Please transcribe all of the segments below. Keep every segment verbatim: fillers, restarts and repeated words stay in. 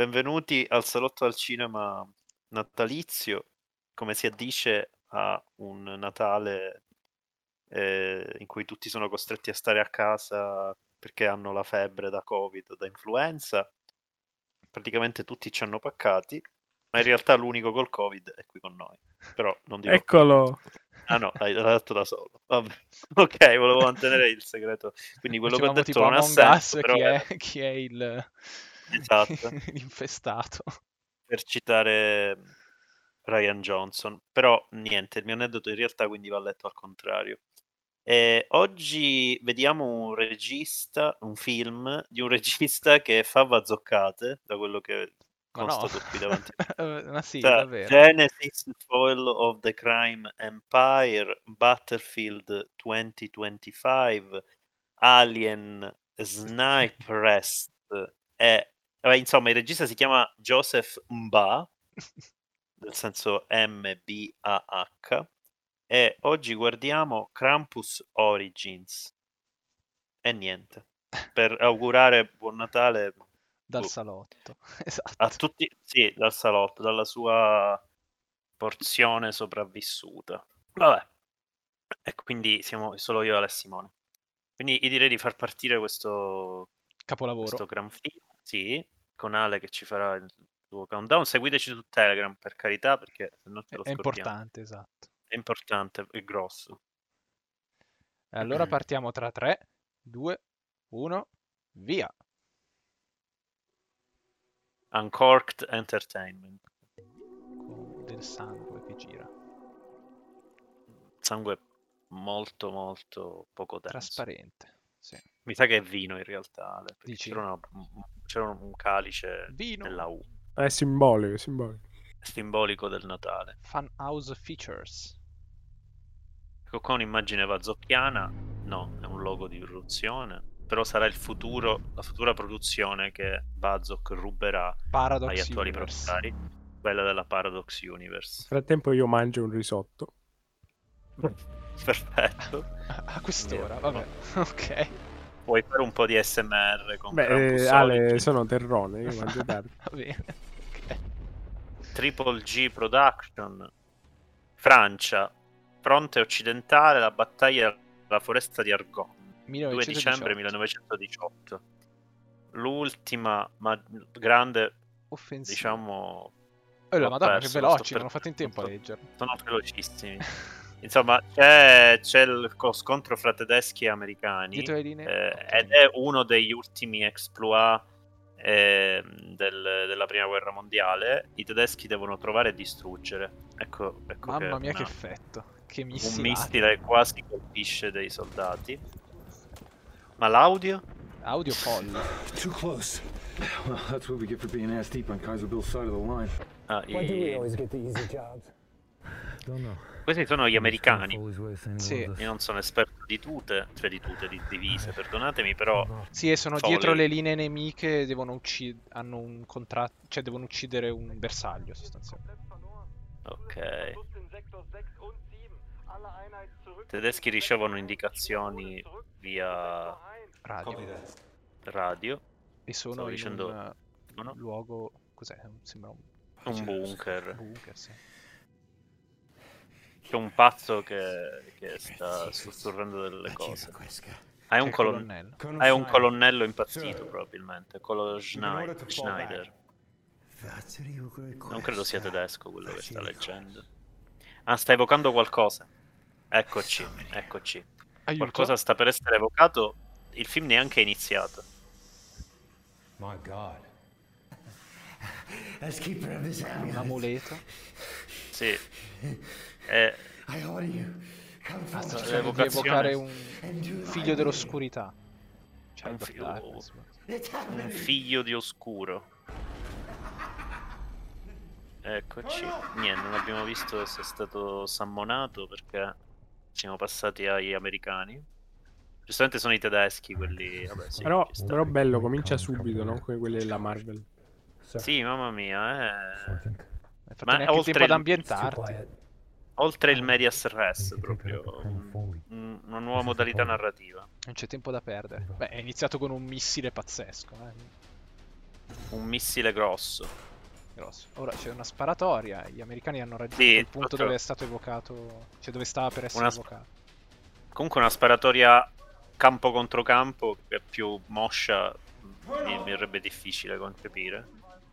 benvenuti al salotto al cinema natalizio, come si addice a un Natale eh, in cui tutti sono costretti a stare a casa perché hanno la febbre da Covid o da influenza. Praticamente tutti ci hanno paccati, ma in realtà l'unico col Covid è qui con noi. Però non dirò più niente. Eccolo! Ah no, l'hai l'ha detto da solo. Vabbè. Ok, volevo mantenere il segreto. Quindi quello che ho Facevamo detto tipo non ha Among senso, Us, però chi era- è, chi è il Esatto. l'infestato. Per citare Ryan Johnson, però niente, il mio aneddoto in realtà quindi va letto al contrario. E oggi vediamo un regista, un film di un regista che fa bazzoccate, da quello che Ma no, constato qui davanti a me. ma sì, Cioè, davvero. Genesis, Fall of the Crime Empire, Battlefield duemilaventicinque, Alien, Sniperest e... vabbè, insomma, il regista si chiama Joseph Mba, nel senso M B A H, e oggi guardiamo Krampus Origins. E niente, per augurare buon Natale Dal boh, salotto, a esatto. tutti, sì, dal salotto, dalla sua porzione sopravvissuta. Vabbè, e quindi siamo solo io e Ale Simone. Quindi io direi di far partire questo, Capolavoro. questo gran film, sì, con Ale che ci farà il suo countdown. Seguiteci su Telegram, per carità, perché se no ce È, lo è scordiamo. importante, esatto. È importante, è grosso. E allora partiamo tra tre, due, uno, via. Uncorked Entertainment. Con del sangue che gira. Sangue molto molto poco denso. Trasparente, sì. Mi sa che è vino in realtà, Ale, perché Dici? c'era, una- c'era un calice Vino. nella U, È simbolico, è simbolico. simbolico del Natale. Fun House Features. Ecco qua un'immagine vazocchiana, no, è un logo di produzione, però sarà il futuro, la futura produzione che Bazzoc ruberà agli Paradox attuali Universe. proprietari, quella della Paradox Nel Universe. frattempo io mangio un risotto. Perfetto. A quest'ora, Io- vabbè. Ok. Puoi fare un po' di A S M R con Beh, Krampus eh, Ale, Origins. sono terrone, io mangio tardi. Va bene. Ok. Triple G Production, Francia, fronte occidentale, la battaglia della foresta di Argonne, due dicembre millenovecentodiciotto. millenovecentodiciotto. L'ultima ma grande, Offensiva. diciamo, Oh, la l'ho madonna, che perso, lo sto veloci, non ho fatto in tempo a perdendo. leggerlo. Sono velocissimi. Insomma, c'è, c'è il co- scontro fra tedeschi e americani, Dietro le linee? eh, Ok. ed è uno degli ultimi exploit eh, del- della prima guerra mondiale. I tedeschi devono trovare e distruggere. Ecco, ecco Mamma che mia, che una- effetto. Che un missilate. missile quasi colpisce dei soldati. Ma l'audio? Audio folle. Too close. Well, that's what we get for being ass deep on Kaiser Bill's side of the line. Ah, Why do we i- always get the easy jobs? Don't know. Questi sono gli americani. Sì. Io non sono esperto di tute, cioè di tute, di divise, perdonatemi, però Sì, e sono Folle. dietro le linee nemiche e devono uccidere. Hanno un contratto. Cioè, devono uccidere un bersaglio, sostanzialmente. ok. I tedeschi ricevono indicazioni via Radio. radio. E sono Stavo in dicendo un no, no, uh, luogo. Cos'è? Sembra un un bunker. bunker, sì. C'è un pazzo che, che sta sussurrando delle cose. Hai un, C'è il colon- colonnello. hai un colonnello impazzito, probabilmente. Quello Schnei- Schneider. Non credo sia tedesco quello che sta leggendo. Ah, sta evocando qualcosa. Eccoci, eccoci. Aiuto. Qualcosa sta per essere evocato. Il film neanche è iniziato. My God. As keeper of this Un amulet, amuleto. Sì. È I order you, come Ah, forth sta Sì, cercando di l'evocazione- evocare un and do un thy figlio will. dell'oscurità. Cioè, Un Albert figlio- Darkness. It's un happening. figlio di oscuro. Eccoci. Niente, non abbiamo visto se è stato sammonato perché siamo passati agli americani. Giustamente sono i tedeschi quelli. Vabbè, sì, Però, ci sta. però bello, comincia subito, no? Come quelli della Marvel. Sì, mamma mia, eh. Hai fatto Ma neanche il oltre tempo ad il- ambientarti. Quiet. Oltre il medias res, proprio un- un- una nuova modalità narrativa. Non c'è tempo da perdere. Beh, è iniziato con un missile pazzesco. Eh. un missile grosso. Grosso. Ora c'è una sparatoria. Gli americani hanno raggiunto Sì, il punto tra dove è l'altro- stato evocato. Cioè dove stava per essere Una sp- evocato. Comunque una sparatoria campo contro campo che è più moscia mi, mi verrebbe difficile concepire.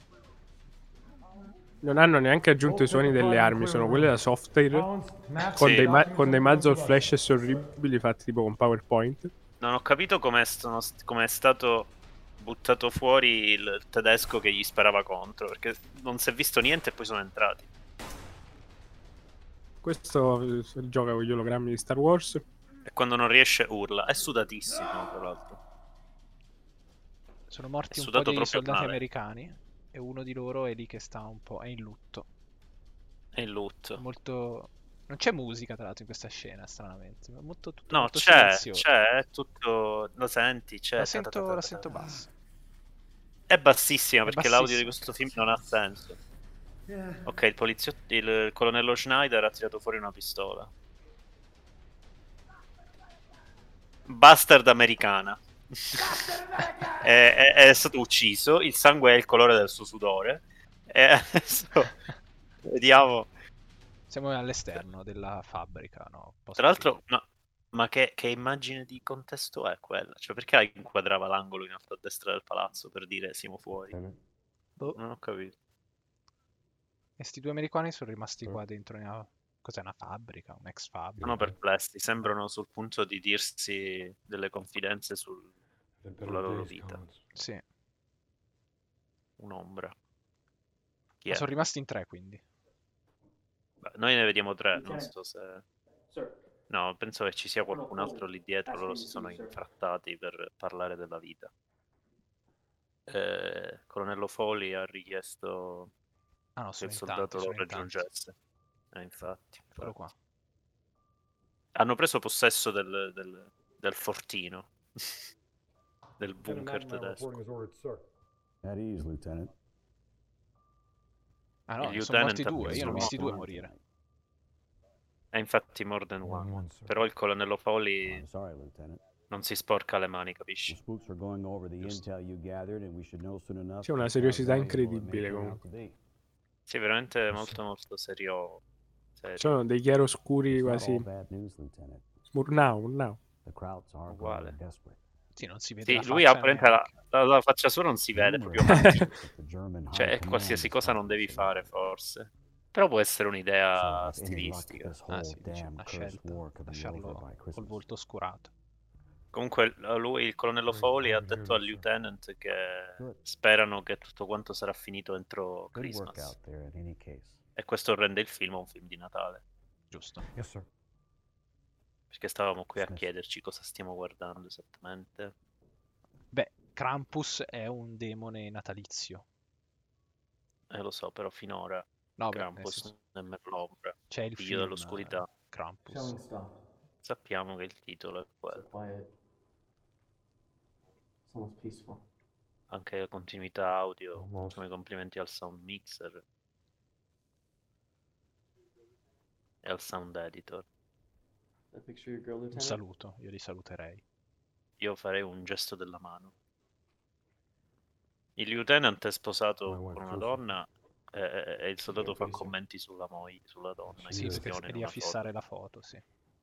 Non hanno neanche aggiunto i suoni delle armi, sono quelle da software con, Sì. dei, ma- con dei muzzle flashes orribili fatti tipo con PowerPoint. Non ho capito com'è, sono st- com'è stato buttato fuori il tedesco che gli sparava contro, perché non si è visto niente e poi sono entrati. Questo eh, gioca con gli ologrammi di Star Wars. E quando non riesce urla. È sudatissimo, tra l'altro. Sono morti È un po' sudato dei proprio soldati male. americani. E uno di loro è lì che sta un po'. È in lutto. È in lutto. Molto. Non c'è musica tra l'altro in questa scena, stranamente. È molto, tutto No, molto c'è, silenzioso. c'è, è tutto... Lo senti, c'è. La ta ta ta sento, ta la ta sento ta. bassa. È bassissima È perché l'audio di bassissima. questo film non ha senso. Ok, il poliziotto, il colonnello Schneider ha tirato fuori una pistola. Bastard americana. è, è- è stato ucciso. Il sangue è il colore del suo sudore. E adesso vediamo. Siamo all'esterno della fabbrica, no? Post Tra l'altro, no, ma che, che immagine di contesto è quella? Cioè, perché la inquadrava l'angolo in alto a destra del palazzo per dire siamo fuori? Boh. Non ho capito. E sti due americani sono rimasti qua dentro. Una... Cos'è una fabbrica? Un'ex fabbrica? Sono perplessi, sembrano sul punto di dirsi delle confidenze sul- sulla loro vita. Sì. Un'ombra. Chi Ma è? sono rimasti in tre quindi. Beh, noi ne vediamo tre, non so se... No, penso che ci sia qualcun altro lì dietro, loro si sono infrattati per parlare della vita. Eh, Colonnello Foley ha richiesto Ah no, che sono il in soldato tanti, lo sono in tanti. raggiungesse. Eh, infatti, Eccolo infatti. qua. Hanno preso possesso del, del, del fortino, del bunker tedesco. At ease, Lieutenant. Ah no, Il ne sono morti lieutenant ha due, preso io ne ho un visti due uomo. morire. E infatti more than one. Però il colonnello Foley I'm sorry, Lieutenant. non si sporca le mani, The capisci? spooks are going over the intel you gathered, and we should know soon enough C'è una just how seriosità valuable it may incredibile turn out comunque. to be. Sì, veramente molto molto serio. serio. Sono dei chiaroscuri It's not quasi. all bad news, Lieutenant. Murnau, Murnau. The Krauts are Uguale. growing desperate. Sì, non si vede Sì, la lui faccia ha praticamente neanche. la, la- la faccia sua non si vede, Rumor proprio has it mangia. that the German high Cioè, command qualsiasi is cosa non talking devi to him. fare, forse. Però può essere So, un'idea with any luck, stilistica. this whole Ah sì, dice, damn una cursed scelta. war could be over Lasciarlo by col Christmas. volto oscurato. Comunque, l- lui, il colonnello Foley, ha detto al lieutenant che sperano che tutto quanto sarà finito entro Good work Christmas. out there in any case. E questo rende il film un film di Natale. Giusto. Yes, sir. Perché stavamo qui a Dismissed. chiederci cosa stiamo guardando esattamente. Beh, Krampus è un demone natalizio. Eh, lo so, però finora No, beh, nel Krampus senso, nemmeno l'ombra. c'è il Figlio film dell'oscurità. eh, Krampus. Sappiamo che il titolo è quello. Quiet. It's almost peaceful. Anche la continuità audio. Almost. Facciamo i complimenti al sound mixer e al sound editor. That picture your girl, Un Lieutenant? saluto, io li saluterei. Io farei un gesto della mano. Il lieutenant è sposato My wife, con una Josie. donna e, e- e il soldato fa Crazy. commenti sulla moglie, sulla donna. in Sì, perché questione è in lì a una fissare foto. la foto, sì.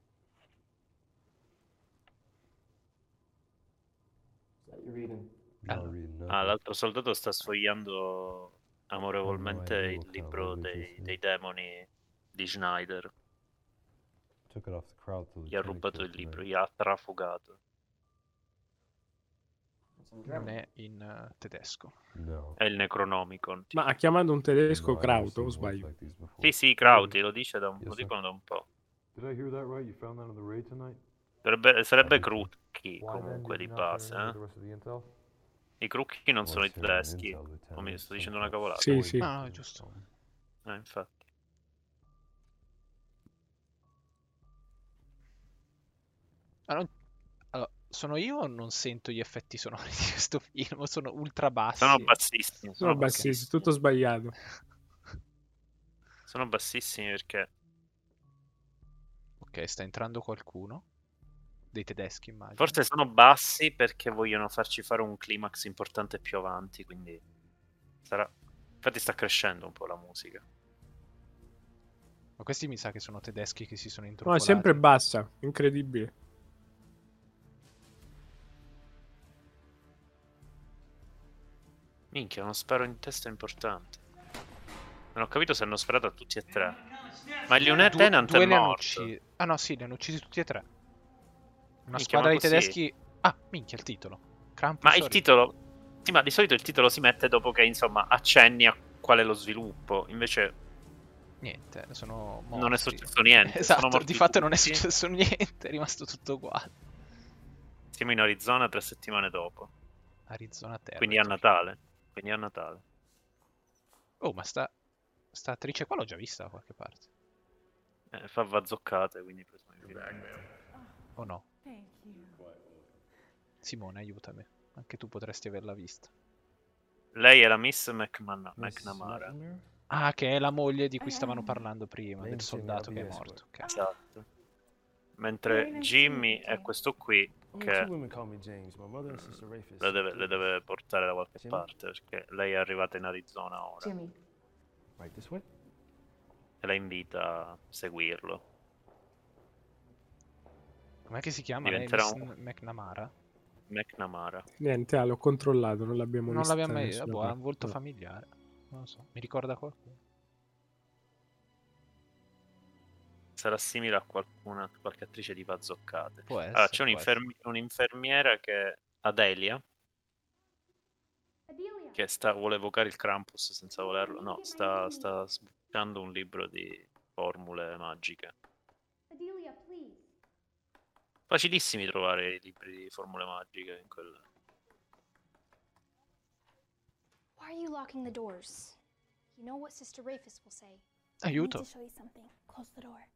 Is that you reading? Not Allora. reading Ah, nothing. l'altro soldato sta sfogliando amorevolmente idea il what kind of libro language dei, this is. dei demoni di Schneider. Took it off the crowd to Gli ha Lieutenant rubato Kill il libro, tonight. gli ha trafugato. It's in Non German. è in eh, tedesco. No. È il Necronomicon. Ma ha chiamato un tedesco No, I've never Krauto, seen o voice sbaglio? like these before. Sì, sì, Krauti, lo dice da un, Yes, lo sir. dicono da un po'. Did I hear that right? You found that on the raid tonight? Sarebbe, sarebbe Capito. Krutki Why then comunque did di you not base, turn in eh? with the rest of the intel? I Krutki non sono i What's here on tedeschi. intel, Lieutenant? O mi sto Some dicendo una kind of cavolata? Sì, story sì. Ah, between giusto. them. Eh, infatti. Ah, non- Allora, sono io o non sento gli effetti sonori di questo film? Sono ultra bassi. Sono bassissimi. Sono Sono bassissimi, bassissimi. tutto sbagliato. Sono bassissimi perché Ok, sta entrando qualcuno. Dei tedeschi, immagino. forse sono bassi perché vogliono farci fare un climax importante più avanti, quindi Sarà... Infatti sta crescendo un po' la musica. Ma questi mi sa che sono tedeschi che si sono No, è intrufolati. sempre bassa, incredibile. Minchia, uno sparo in testa importante. Non ho capito se hanno sparato a tutti e tre. Ma il Leone Due, Tenant due è li hanno morto. uccisi. Ah no, sì, li hanno uccisi tutti e tre. Una Minchia, squadra ma di così- tedeschi... Ah, minchia, il titolo. Krampus Ma il Origin. titolo... Sì, ma di solito il titolo si mette dopo che, insomma, accenni a qual è lo sviluppo. Invece Niente, sono morti. non è successo niente. sono Esatto, morti di fatto non è tutti. successo niente, è rimasto tutto uguale. Siamo in Arizona tre settimane dopo. Arizona Territory. Quindi a Natale. Quindi a Natale. Oh, ma sta... sta attrice qua l'ho già vista da qualche parte. Eh, fa vazzoccate, quindi presumibilmente. O no? Simone, aiutami. Anche tu potresti averla vista. Lei è la Miss McMan- McNamara. Ah, che è la moglie di cui stavano parlando prima, del soldato che è morto. Ok. Esatto. Mentre Jimmy è questo qui che women call me James. My mother and sister Rafis. le deve, le deve portare da qualche parte, perché lei è arrivata in Arizona ora Jimmy. Right this way. e la invita a seguirlo. Com'è che si chiama lei? Diventerà Miss un- McNamara? McNamara. Niente, ah, l'ho controllato, non l'abbiamo Non vista l'abbiamo da mai... nessuna Boh, ha parte. un volto No. familiare. Non lo so, mi ricorda qualcuno. Sarà simile a qualcuna, qualche attrice di vazzoccate. Può essere. Allora, c'è può un'infermi- un'infermiera che è Adelia, che sta, vuole evocare il Krampus senza volerlo. No, sta, sta sbucando un libro di formule magiche. Facilissimi trovare i libri di formule magiche in quel... Why are you locking the doors? You know what Sister Rafis will say. Aiuto. show you something. Close the door.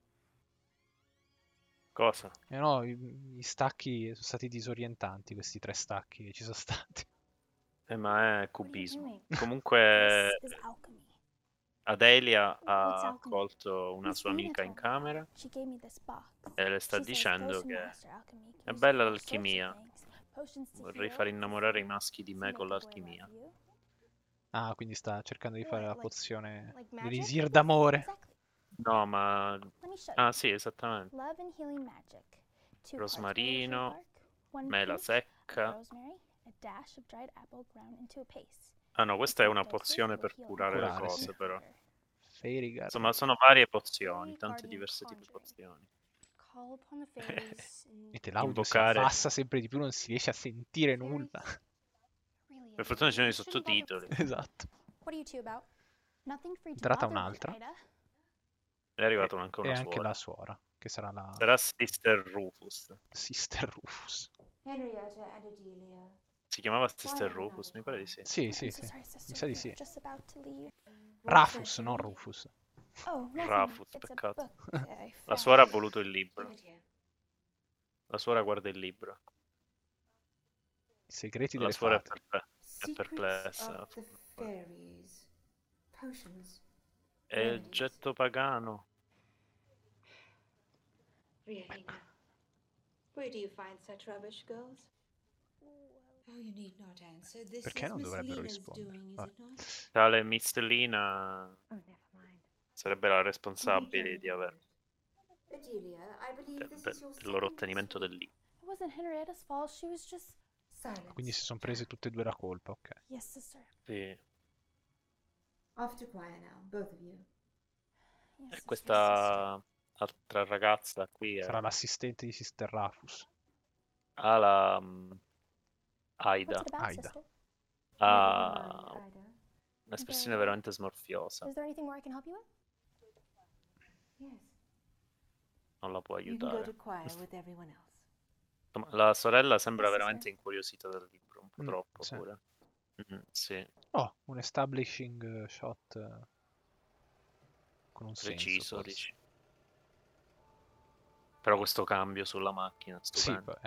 Cosa? Eh no, i, i stacchi sono stati disorientanti, questi tre stacchi che ci sono stati. Eh, ma è cubismo. doing? Comunque This is alchemy. Adelia ha What's alchemy? accolto una Miss sua Rena amica in told me. camera She gave me this box. e le sta She says dicendo those who che master alchemy can è use bella all sorts of l'alchimia. things. Potions to Vorrei heal, far innamorare i to maschi di to me make con a boy l'alchimia. love you. Ah, quindi sta cercando di fare la What, like- pozione like magic? dell'elisir d'amore. Exactly. No, ma... Let me show you. Ah, sì, esattamente. Love and healing magic. Two parts Rosmarino, rosary bark, one mela pinch of secca. rosemary, a dash of dried apple ground into a paste. Ah no, questa è una Doses pozione will per heal curare le Curare, cose, sì. però. Fairy Garden. Insomma, sono varie pozioni, Fairy tante Garden diverse tipi di Conjuring. pozioni. Call upon the fairies and E l'audio invocare- si abbassa sempre di più, non si riesce a sentire nulla. really Per fortuna ci sono i you shouldn't bother- sottotitoli. Esatto. What are you two about? Nothing for you to Entrata bother with, un'altra. Ida. È arrivata anche E una anche suora. la suora, che sarà la Sarà Sister Rufus. Sister Rufus. Henrietta and Adelia. Si chiamava Sister Rufus? Mi pare di sì. Sì, I'm sì, so sì. sorry, sister. Mi sa di We were sì. just about to leave. Rafus, non Rufus. Oh, nothing. Rafus, It's a peccato. book that I La found. suora ha voluto il libro. Give it here. La suora guarda il libro. I segreti La delle suora è, fate. perple- è Secrets perplessa. of the fairies. Potions. È il getto pagano. Really now. Where do you find such rubbish, girls? Oh, you need not answer. This Perché is non Miss dovrebbero Lena's rispondere? doing, is Ah. it not? Tale Miss Lina Oh, never mind. sarebbe la responsabile di aver Adelia, I believe de- this de- is your del loro second ottenimento this del libro. It wasn't Henrietta's fault. She was just. week. Silence. Quindi si sono prese tutte e due la colpa, ok. Yes, sister. Sì. Off to choir now, both of you. Yes, E sister. questa altra ragazza qui è... Sarà l'assistente di Sister Rafus. ha la mm, Aida. What's it about, Aida. sister? Ha Never mind, Ida. un'espressione veramente smorfiosa. Is there anything more I can help you with? Yes. Non la può You can go aiutare. to choir with everyone else. Insomma, la sorella sembra Yes, sister. veramente incuriosita dal libro, un po' Mm, troppo sì. pure. Mhm, sì, Oh, un establishing shot eh, con un senso, preciso, forse. dici. Però questo cambio sulla macchina, Sì, stupendo. beh.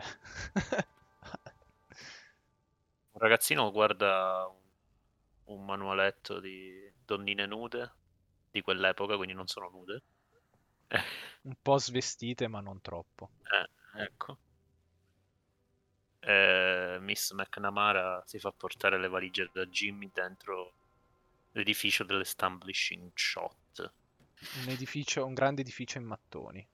Un ragazzino guarda un, un manualetto di donnine nude di quell'epoca, quindi non sono nude. Un po' svestite, ma non troppo. Eh, ecco. Eh, Miss McNamara si fa portare le valigie da Jimmy dentro l'edificio dell'establishing shot. Un edificio, un grande edificio in mattoni.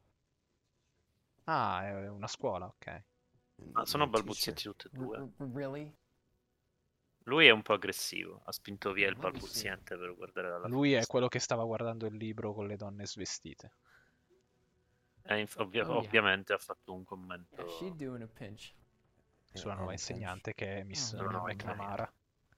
Ah, è una scuola, ok. Ah, sono balbuzietti tutti e due. R- really? Lui è un po' aggressivo, ha spinto via il balbuziente per guardare dalla Lui è finestra. quello che stava guardando il libro con le donne svestite. E inf- ovvia- Oh, yeah. ovviamente ha fatto un Yeah, commento. she'd do in a pinch. Sulla nuova insegnante che è Miss Oh, no, no, McNamara.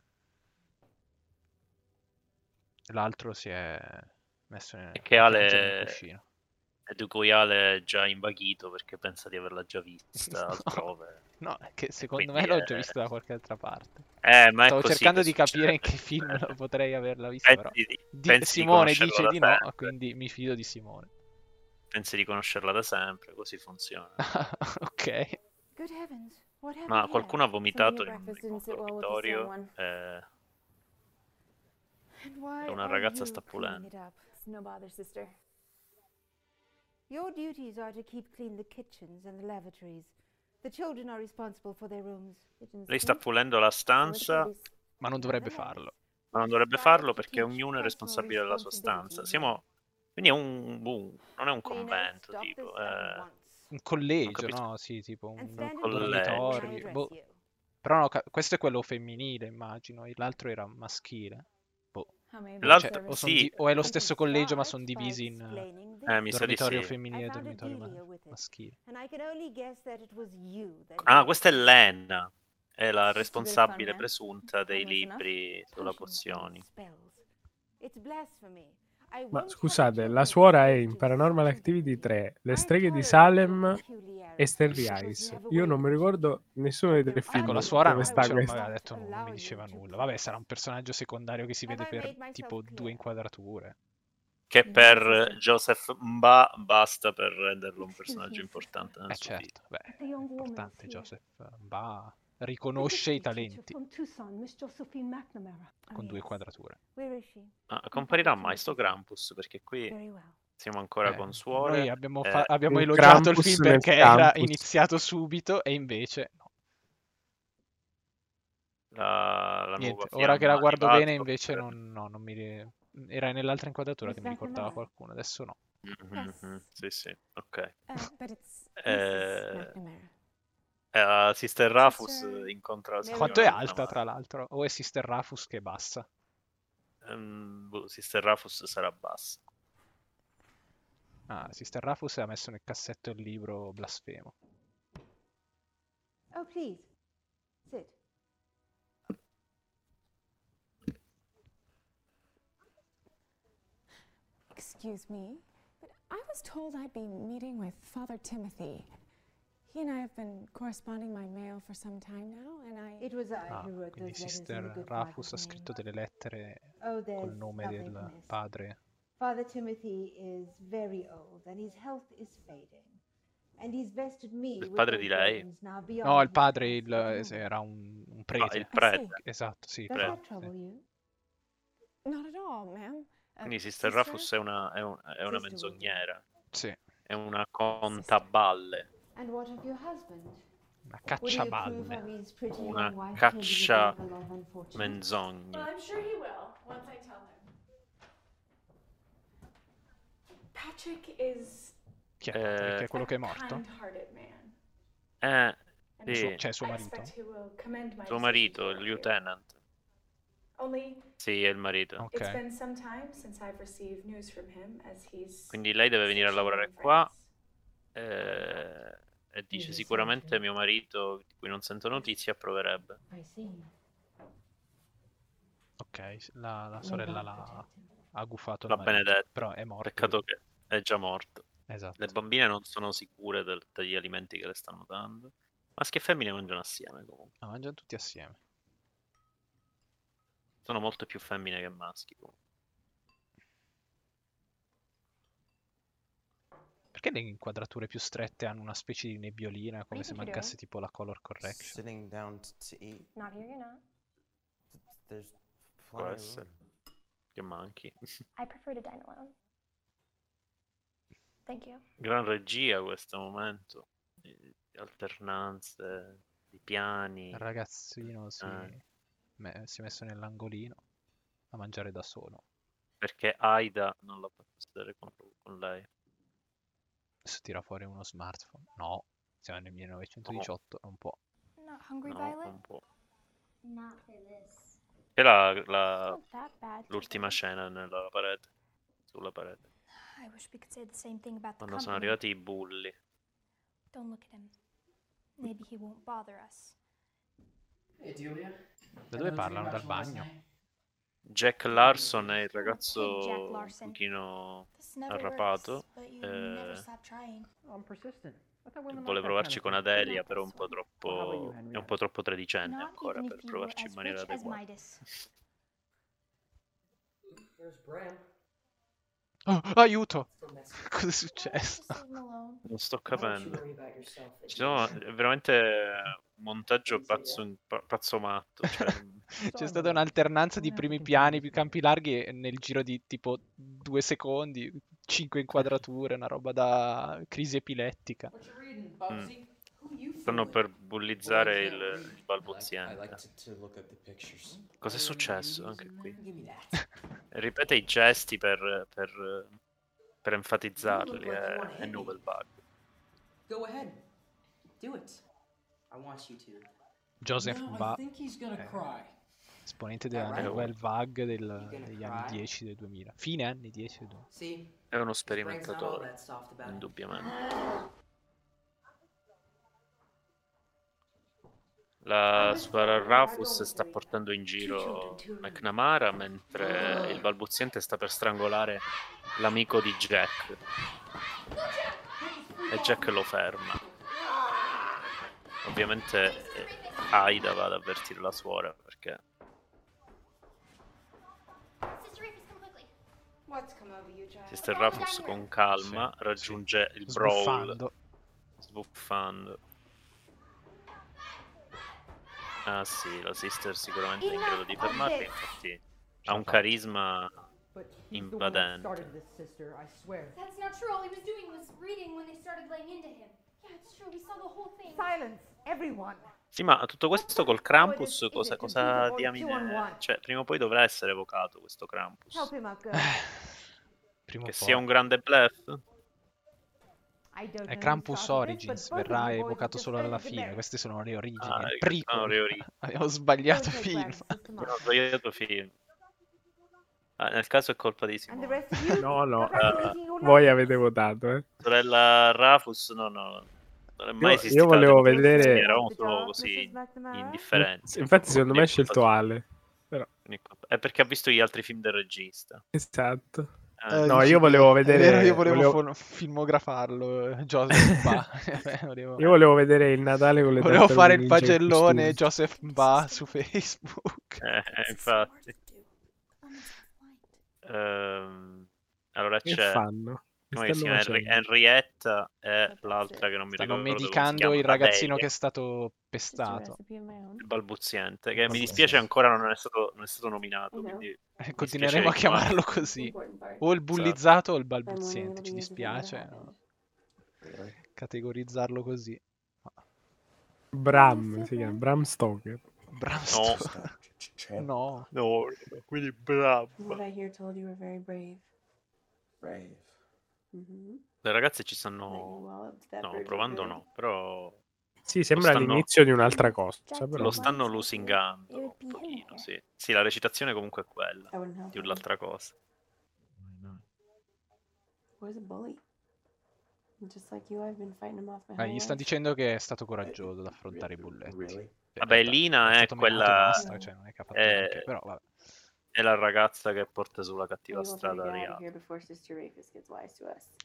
L'altro si è messo in, E che piangere nel Ale cuscino. e di cui Ale è già invaghito perché pensa di averla già vista altrove. No, è che secondo quindi me l'ho è- già vista da qualche altra parte. Eh, ma è Stavo così cercando che di capire in succede. che film lo potrei averla vista, però. Pensi di, Di- pensi di Simone conoscerlo dice da di no, sempre. quindi mi fido di Simone. Pensi di conoscerla da sempre, così funziona. Ok. Good heavens, what happened Ma here? qualcuno ha vomitato Something in at un, breakfast in un didn't sit well with the dormitorio someone. e And why e una are ragazza you sta cleaning pulendo. it up? It's no bother, sister. Your duties are to keep clean the kitchens and the lavatories. The children are responsible for their rooms. Lei sta pulendo la stanza, Ma non dovrebbe farlo. ma non dovrebbe farlo perché ognuno è responsabile della sua stanza. Siamo... Quindi è un... boh, non è un convento, tipo. È... Un collegio, capito. no? Sì, tipo un, And stand in collegio. place when I dormitorio. address Boh. you. Però no, ca- questo è quello femminile, immagino. e L'altro era maschile. Boh. How may I be L'altro- of O, service? son sì. di- o è lo We stesso can collegio, ma start sono by divisi in eh, explaining this. Eh, mi sa di dormitorio sì. femminile I e found a dormitorio dealer ma- with it. maschile. And I can only guess that it was you that Ah, did questa è it. Lena. È la It's just a bit of fun, responsabile man. presunta dei Harmless enough. libri sulla Potions and pozioni. spells. It's blasphemy. I Ma won't scusate, have la children suora è exposed in to Paranormal such Activity ability. tre, Le I streghe di tolerate Salem no e peculiarity. Sterry It was Eyes. never Io way non to mi ricordo portray. nessuno dei tre There film Ecco, la are suora dove non, sta ce- non mi questa. aveva detto, non mi Allow you diceva to nulla. Vabbè, play. sarà un personaggio secondario che si Have vede I per made myself tipo clear? due inquadrature. Che Mhm, per sister. Joseph Mba basta per renderlo un Excuse personaggio me, importante nel Eh suo film. certo, beh, The è young woman importante is here. Joseph Ba riconosce i talenti From Tucson, Miss Josephine McNamara. Oh, con due yes. inquadrature. Where is she? Ah, comparirà mai sto Krampus? Perché qui Very well. siamo ancora Eh, con noi suore. abbiamo, eh, fa- abbiamo Un elogiato il Krampus film nel perché era campus. iniziato subito e invece no. la, la Niente, nuova ora che la fiamma guardo arrivata, bene invece per- non, no, non mi... ri- Era nell'altra inquadratura Miss che mi ricordava McNamara. qualcuno, adesso no. Mhm, mhm, sì, sì, ok. Uh, but it's Eh, Missus McNamara. eh, Sister Rafus Sister incontra la Mary Quanto è signora alta, McNamara. tra l'altro? O è Sister Rafus che è bassa? Ehm, boh, Sister Rafus sarà bassa. Ah, Sister Rafus ha messo nel cassetto il libro blasfemo. Oh, please. Sit. Excuse me, but I was told I'd be meeting with Father Timothy. He and I have been corresponding by mail for some time now, and I... It was I Ah, who wrote quindi those letters in the Sister good Rafus ha Father's scritto name. delle lettere Oh, col there's nome nothing del amiss. padre. Father Timothy is very old and his health is fading. And he's vested me Il with padre those di lei? burdens now beyond No, il his padre grasp il- at the eh, moment. era un, un Ah, prete. il prete. Esatto, sì, Does prete. that trouble sì. you? Not at all, ma'am. Uh, Quindi Sister sister? Rafus è una, è un- è una Sister menzognera. Sì, È una contaballe. And what of your husband? una Would he approve cacciaballe. of his pretty Una young wife caccia changing the love and fortune? Menzogne. I'm sure he will, once I tell him. Patrick is Chi è Patrick? Eh, È quello che è morto? kind-hearted man. Eh, And sì, Cioè suo I marito? expect he will commend my suo decision marito, to il work here. lieutenant. Only Sì, è il marito. Ok. it's been some time since I've received news from him as he's Quindi lei deve venire a stationed lavorare in qua France. eh, e dice sicuramente mio marito, di cui non sento notizie, approverebbe. I see. Ok, la, la sorella l'ha ha guffato il La marito, benedetta. però è morto. Peccato lui. che è già morto. Esatto. Le bambine non sono sicure del- degli alimenti che le stanno dando. Maschi e femmine mangiano assieme comunque. Ah, mangiano tutti assieme. Sono molte più femmine che maschi comunque. Perché le inquadrature più strette hanno una specie di nebbiolina, come you se think you're mancasse tipo la color correction? Sitting down t- to eat. Not here, you're not. There's Può plenty of essere. room. Che manchi. I prefer to dine alone. Thank you. Gran regia questo momento. Di alternanze, di piani. Il ragazzino si, Eh. me- si è messo nell'angolino. a mangiare da solo. Perché Aida non la fa stare con, con lei. Adesso tira fuori uno smartphone. No, siamo nel millenovecentodiciotto, non può. Not hungry, No, Violet? un po'. Not for this. E la, la- Not that bad. l'ultima scena nella parete, sulla parete, I wish we could say the same thing about the quando sono company. arrivati i bulli. Don't look at him. Maybe he won't bother us. Hey, Delia. Da dove parlano? Dal bagno? Jack Larson è il Jack ragazzo un Larson. pochino This never arrapato. works, but you never eh, stop trying. Oh, I'm persistent. I thought women vuole like that provarci kind con of thing. Adelia, però è un po' Well, how about troppo you, è un Henrietta? po' troppo tredicenne Not ancora even per if you were provarci in as maniera rich as adeguata. Midas. There's Bram. Oh, aiuto! Still messy. Cosa è successo? Just leave him alone. Non sto Why don't you capendo. worry about yourself? Ci sono è veramente un montaggio pazzo, pa- pazzo matto. Cioè, C'è stata un'alternanza di primi piani più campi larghi e nel giro di tipo due secondi, cinque inquadrature, una roba da crisi epilettica. What you reading, Bubsy? Who you stanno fooling? per bullizzare il, il I like, I balbuziente. like to, to look up the pictures. Cos'è successo anche qui? Give me that. Ripete i gesti per, per, per enfatizzarli. È, è Novel Bug. Go ahead. Do it. I want you to. Joseph No, I Ba, think he's gonna Eh. cry. esponente della Alright. Nouvelle Vague del- You gonna degli anni cry? dieci del duemila. Fine anni dieci del duemila. See? È uno Brain's not all sperimentatore, that soft about it. indubbiamente. La Suara Rafus sta portando in giro McNamara mentre il balbuziente sta per strangolare l'amico di Jack. E Jack lo ferma. Ovviamente eh, Aida va ad avvertire la suora perché Sister Rafus, come quickly. What's come over you, child? Sister Rafus con calma Sì, raggiunge il brawl Sbuffando. sbuffando. Ah sì, la Sister sicuramente è in grado di fermarli, infatti ha un carisma But he's the one that invadente. started this, sister, I swear. That's not true. All he was doing was reading when they started laying into him. Yeah, it's true. We saw the whole thing. Silence, everyone. Sì, ma tutto questo col Krampus cosa, cosa diamine... Cioè, prima o poi dovrà essere evocato questo Krampus. Help him out, girl. Prima o Che poi. sia un grande bluff? I don't È know Krampus who started Origins, this, but both of verrà you boys evocato just solo alla ready to fine. marry. Queste sono le origini, Ah, il ecco, prequel. sono le origini. Abbiamo sbagliato Don't take film. Gramps, Sister Non ho Martha. sbagliato film. Ah, nel caso è colpa di And the Simone. rest of you, No, no, procrastinating all voi night. avete votato, eh. Sorella Rafus, no, no. Non è mai Io- esistita. io volevo la democrazia, vedere- Eravamo The solo job, così missus McNamara? indifferenti. Infatti, secondo me ha Quindi è scelto colpa Ale. Però, sua. È perché ha visto gli altri film del regista. esatto. Eh, Eh, No, dici io volevo che- vedere- È vero, io volevo, volevo- fon- filmografarlo. eh, Joseph Ba. volevo Io volevo vedere il Natale con le volevo tartarughe fare il ninja in pagellone costume. Joseph Ba su Facebook. eh, infatti. Ehm, allora Che c'è... fanno? Che Come si stanno chiama? Henri- facendo? Henrietta e l'altra che non mi Stanno ricordo come si medicando chiama, il ragazzino Adelia, che è stato pestato. il balbuziente, che mi Vabbè. dispiace ancora non è stato, non è stato nominato, I know. quindi Eh, Continueremo a dispiace chiamarlo richiamarlo. così. Important part. O il bullizzato o il I'm wondering balbuziente. it'll Ci be years before that dispiace happened. Really? categorizzarlo così. Bram, si chiama Bram Stoker. Bram No. Stoker. Champ. No. No, quindi bravo. What I hear told you were very brave. Brave. Mm-hmm. Le ragazze ci That you stanno... walloped that No, bird provando good. no, però Sì, sembra stanno- l'inizio di un'altra cosa, però. lo stanno lusingando un pochino, sì. Sì, la recitazione comunque è quella, I wouldn't help di him. un'altra cosa. Boy's a bully. Just like you, I've been fighting him off my Ah, whole gli sta life. dicendo che è stato coraggioso ad affrontare i bulletti. Really? Beh, Vabbè, in realtà Lina è stato menato e quella- basta, cioè, non è che ha fatto è- niente, però vabbè. È la ragazza che porta sulla We cattiva will try to strada get out of Riyadh. here before Sister Rafus gets wise to us.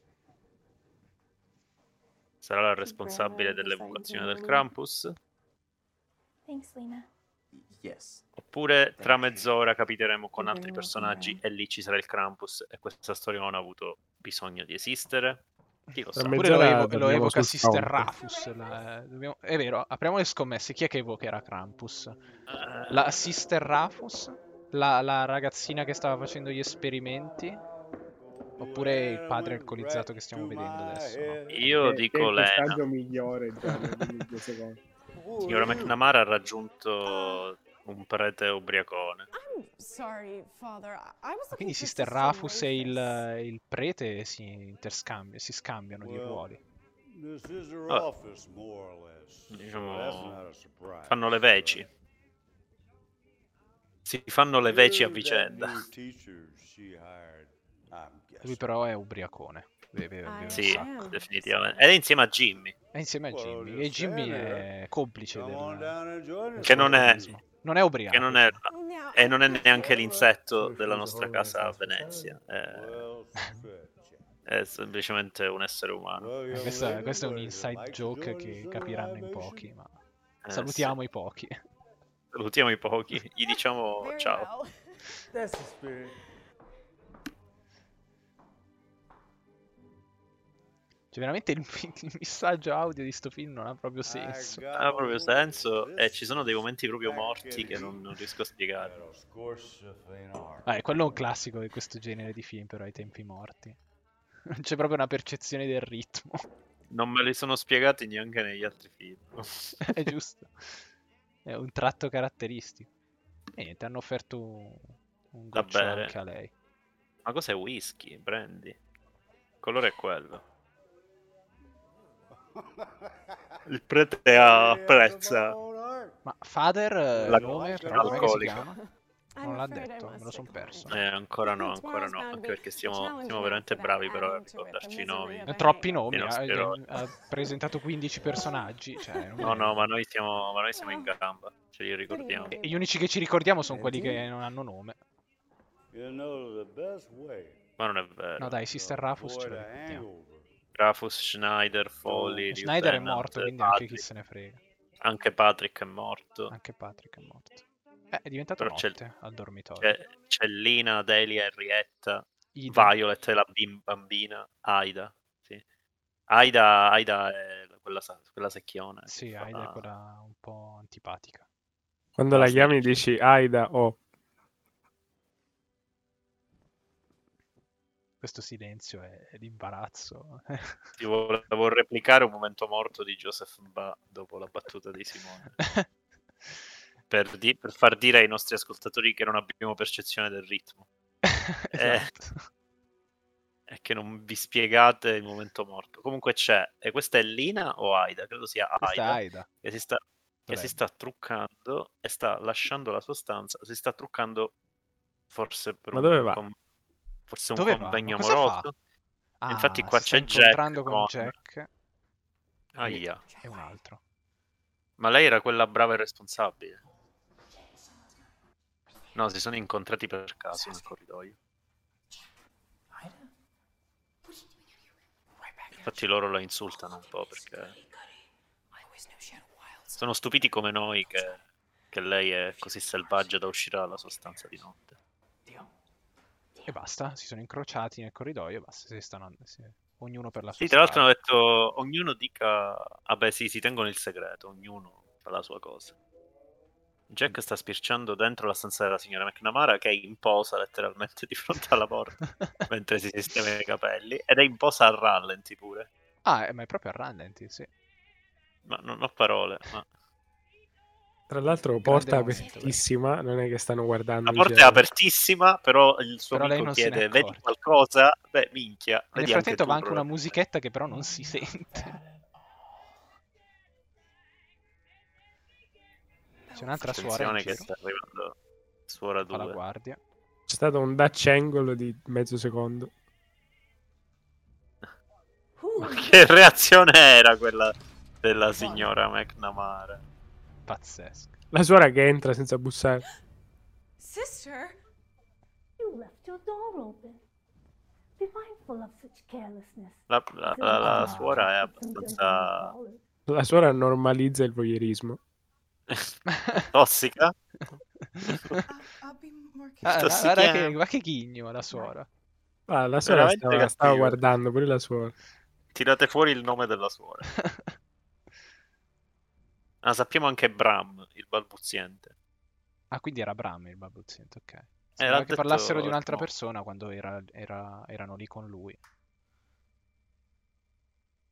Sarà la Keep responsabile Grandma out of the dell'evocazione sight del of Krampus? Thanks, Lena. Yes. Oppure tra mezz'ora capiteremo con You're altri very welcome, personaggi e lì ci sarà il Krampus e questa storia non ha avuto bisogno di esistere? Chi lo Tra sa? me- Oppure lo, mezz'ora evo- lo torniamo evoca sul Sister fronte. Rafus. la- dobbiamo- È vero, apriamo le scommesse. Chi è che evocherà Krampus? Eh, La Sister Rafus? La, la ragazzina che stava facendo gli esperimenti? Oppure il padre alcolizzato che stiamo vedendo adesso? No? Io Che- che dico il Lena. personaggio migliore già nei primi due secondi. Signora McNamara ha raggiunto un prete ubriacone. I'm I'm sorry, Father. I I was Ma looking quindi for Sister Sister Rufus e Rufus. il, il prete si interscambiano, si scambiano di Well, ruoli. This is her Vabbè. office, more or less. That's Diciamo, not a surprise. fanno le veci. Si fanno le veci a Who's that vicenda. new teacher she hired? I'm Lui guessing. però è ubriacone. Beve, beve un Sì, sacco. definitivamente. Ed è insieme a Jimmy, È insieme a Well, Jimmy. just E Jimmy saying, è complice Come on del... down and join us. che non è, Non è ubriaco. che non è, Now, e I non è don't neanche know. l'insetto della nostra casa a Venezia. È, Well, stretch. è semplicemente un essere umano. Well, young Questo, è- lady, questo è un would you inside like to joke join che us in capiranno in libation? pochi, ma Eh, salutiamo sì. i pochi. Salutiamo i pochi, gli diciamo Very ciao. well. That's the spirit. Cioè, veramente il, il messaggio audio di sto film non ha proprio senso. Non ha proprio senso e ci sono dei momenti proprio morti che non, non riesco a spiegare. Ah, e quello è un classico di questo genere di film, però ai tempi morti. Non c'è proprio una percezione del ritmo. Non me li sono spiegati neanche negli altri film. È giusto. È un tratto caratteristico. E niente, hanno offerto un, un Da goccio bere. anche a lei. Ma cos'è whisky? Brandy? Il colore è quello. Il prete apprezza. Ma Father, eh, La- il nome, però com'è che si l'alcolica. chiama? Non l'ha detto, me lo son perso. Eh, ancora no, ancora no. Anche perché stiamo, siamo veramente bravi però a ricordarci i nomi. Eh, Troppi nomi, I ha, nostri eroi. ha presentato quindici personaggi. Cioè, non No, è- no, ma noi siamo, ma noi siamo in gamba. Ce li ricordiamo. E gli unici che ci ricordiamo sono quelli che non hanno nome. You know the best way Ma non è vero. No dai, Sister Rufus ce avoid lo a ricordiamo. hangover. Rafus, Schneider, Foley, Schneider è Lieutenant, morto, quindi anche chi Patrick. se ne frega. Anche Patrick è morto. Anche Patrick è morto. Eh, è diventato Però c'è, notte al dormitorio. c'è, c'è Lina, Delia, Henrietta, Ida. Violet è la bim- bambina, Aida. Sì. Aida, Aida è quella, sa- quella secchiona. che Sì, fa- Aida è quella un po' antipatica. Quando la Basta. chiami dici Aida o Questo silenzio è, è di imbarazzo. Ti volevo replicare un momento morto di Joseph Ba dopo la battuta di Simone. Per, di- per far dire ai nostri ascoltatori che non abbiamo percezione del ritmo. Esatto. E che non vi spiegate il momento morto. Comunque c'è, e questa è Lina o Aida? Credo sia Questa è Aida, Aida. che si sta, che Dov'è? si sta truccando e sta lasciando la sua stanza. Si sta truccando forse per Ma un, dove va? con- forse un Dove va? convegno Ma cosa fa? amoroso. Ah, Infatti qua si sta c'è Jack incontrando con con- Jack Aia. e un altro. Ma lei era quella brava e responsabile. No, si sono incontrati per caso nel corridoio. Infatti loro la insultano un po' perché sono stupiti come noi che, che lei è così selvaggia da uscire dalla sua stanza di notte. E basta, si sono incrociati nel corridoio e basta, si stanno, si- ognuno per la sua Sì, tra l'altro strada. hanno detto ognuno dica... Vabbè sì, si tengono il segreto, ognuno fa la sua cosa. Jack sta spirciando dentro la stanza della signora McNamara che è in posa letteralmente di fronte alla porta mentre si sistema i capelli ed è in posa a rallenti pure. Ah, eh, ma è proprio a Rallenti, sì. Ma non ho parole. Ma... tra l'altro Grande porta momento, apertissima, non è che stanno guardando La porta è vicino. apertissima, però il suo Però lei amico non se ne chiede: vedi accorge. qualcosa? Beh, minchia. E nel Vedi anche frattempo tu, va anche una probabilmente. musichetta che però non si sente. C'è un'altra suora in Attenzione che giro, sta arrivando suora fa la due. guardia. C'è stato un Dutch angle di mezzo secondo. Ma che reazione era quella della signora McNamara? Pazzesco. La suora che entra senza bussare. Sister? You left your door open. Be mindful of such carelessness. La, la- la- la suora è abbastanza La suora normalizza il voyeurismo. tossica. Ah, Sto guarda che, sicchiando. guarda che ghigno la suora. Ah, la suora Veramente stava, stava cattivo. guardando, pure la suora. Tirate fuori il nome della suora. Ah, sappiamo anche Bram, il balbuziente. Ah, quindi era Bram il balbuziente, ok. l'ha Sembrava che detto parlassero di un'altra Simone. persona quando era- era- erano lì con lui.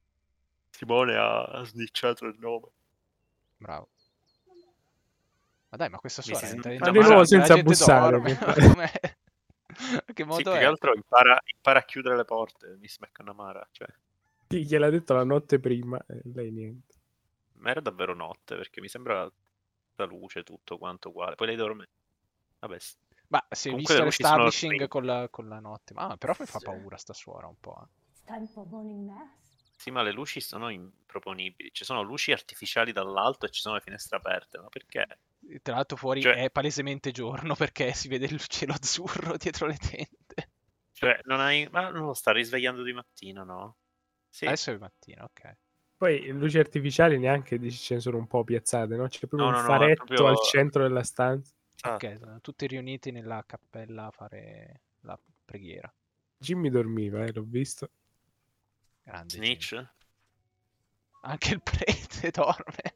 Simone ha, ha snicciato il nome. Bravo. Ha Ma dai, ma questa Mi suora si entra sente- dentro Ma di casa, nuovo la senza gente bussare, dorme. ovviamente. Com'è? Che Sì, modo più che è? altro impara, impara a chiudere le porte, Miss McNamara. Cioè, Sì, gliel'ha detto la notte prima e lei niente. ma era davvero notte, perché mi sembra la luce, tutto quanto uguale. Poi lei dorme. Vabbè, s- Ma si è comunque visto le luci sono l'establishing spente. con la, con la notte. Ma però mi fa Sì. paura sta suora un po'. eh. It's time for morning mass. Sì, ma le luci sono improponibili. Ci sono luci artificiali dall'alto e ci sono le finestre aperte. Ma perché? E Tra l'altro fuori Cioè, è palesemente giorno perché si vede il cielo azzurro dietro le tende. cioè non hai... Ma non lo sta risvegliando di mattina, no? Sì. Adesso è mattina, ok. Poi luci artificiali neanche dici ce ne sono un po' piazzate, no? C'è proprio No, un no, no, è faretto proprio... al centro della stanza. Ok, Esatto. sono tutti riuniti nella cappella a fare la preghiera. Jimmy dormiva, eh, l'ho visto. Grande Jimmy. Snitch? Anche il prete dorme.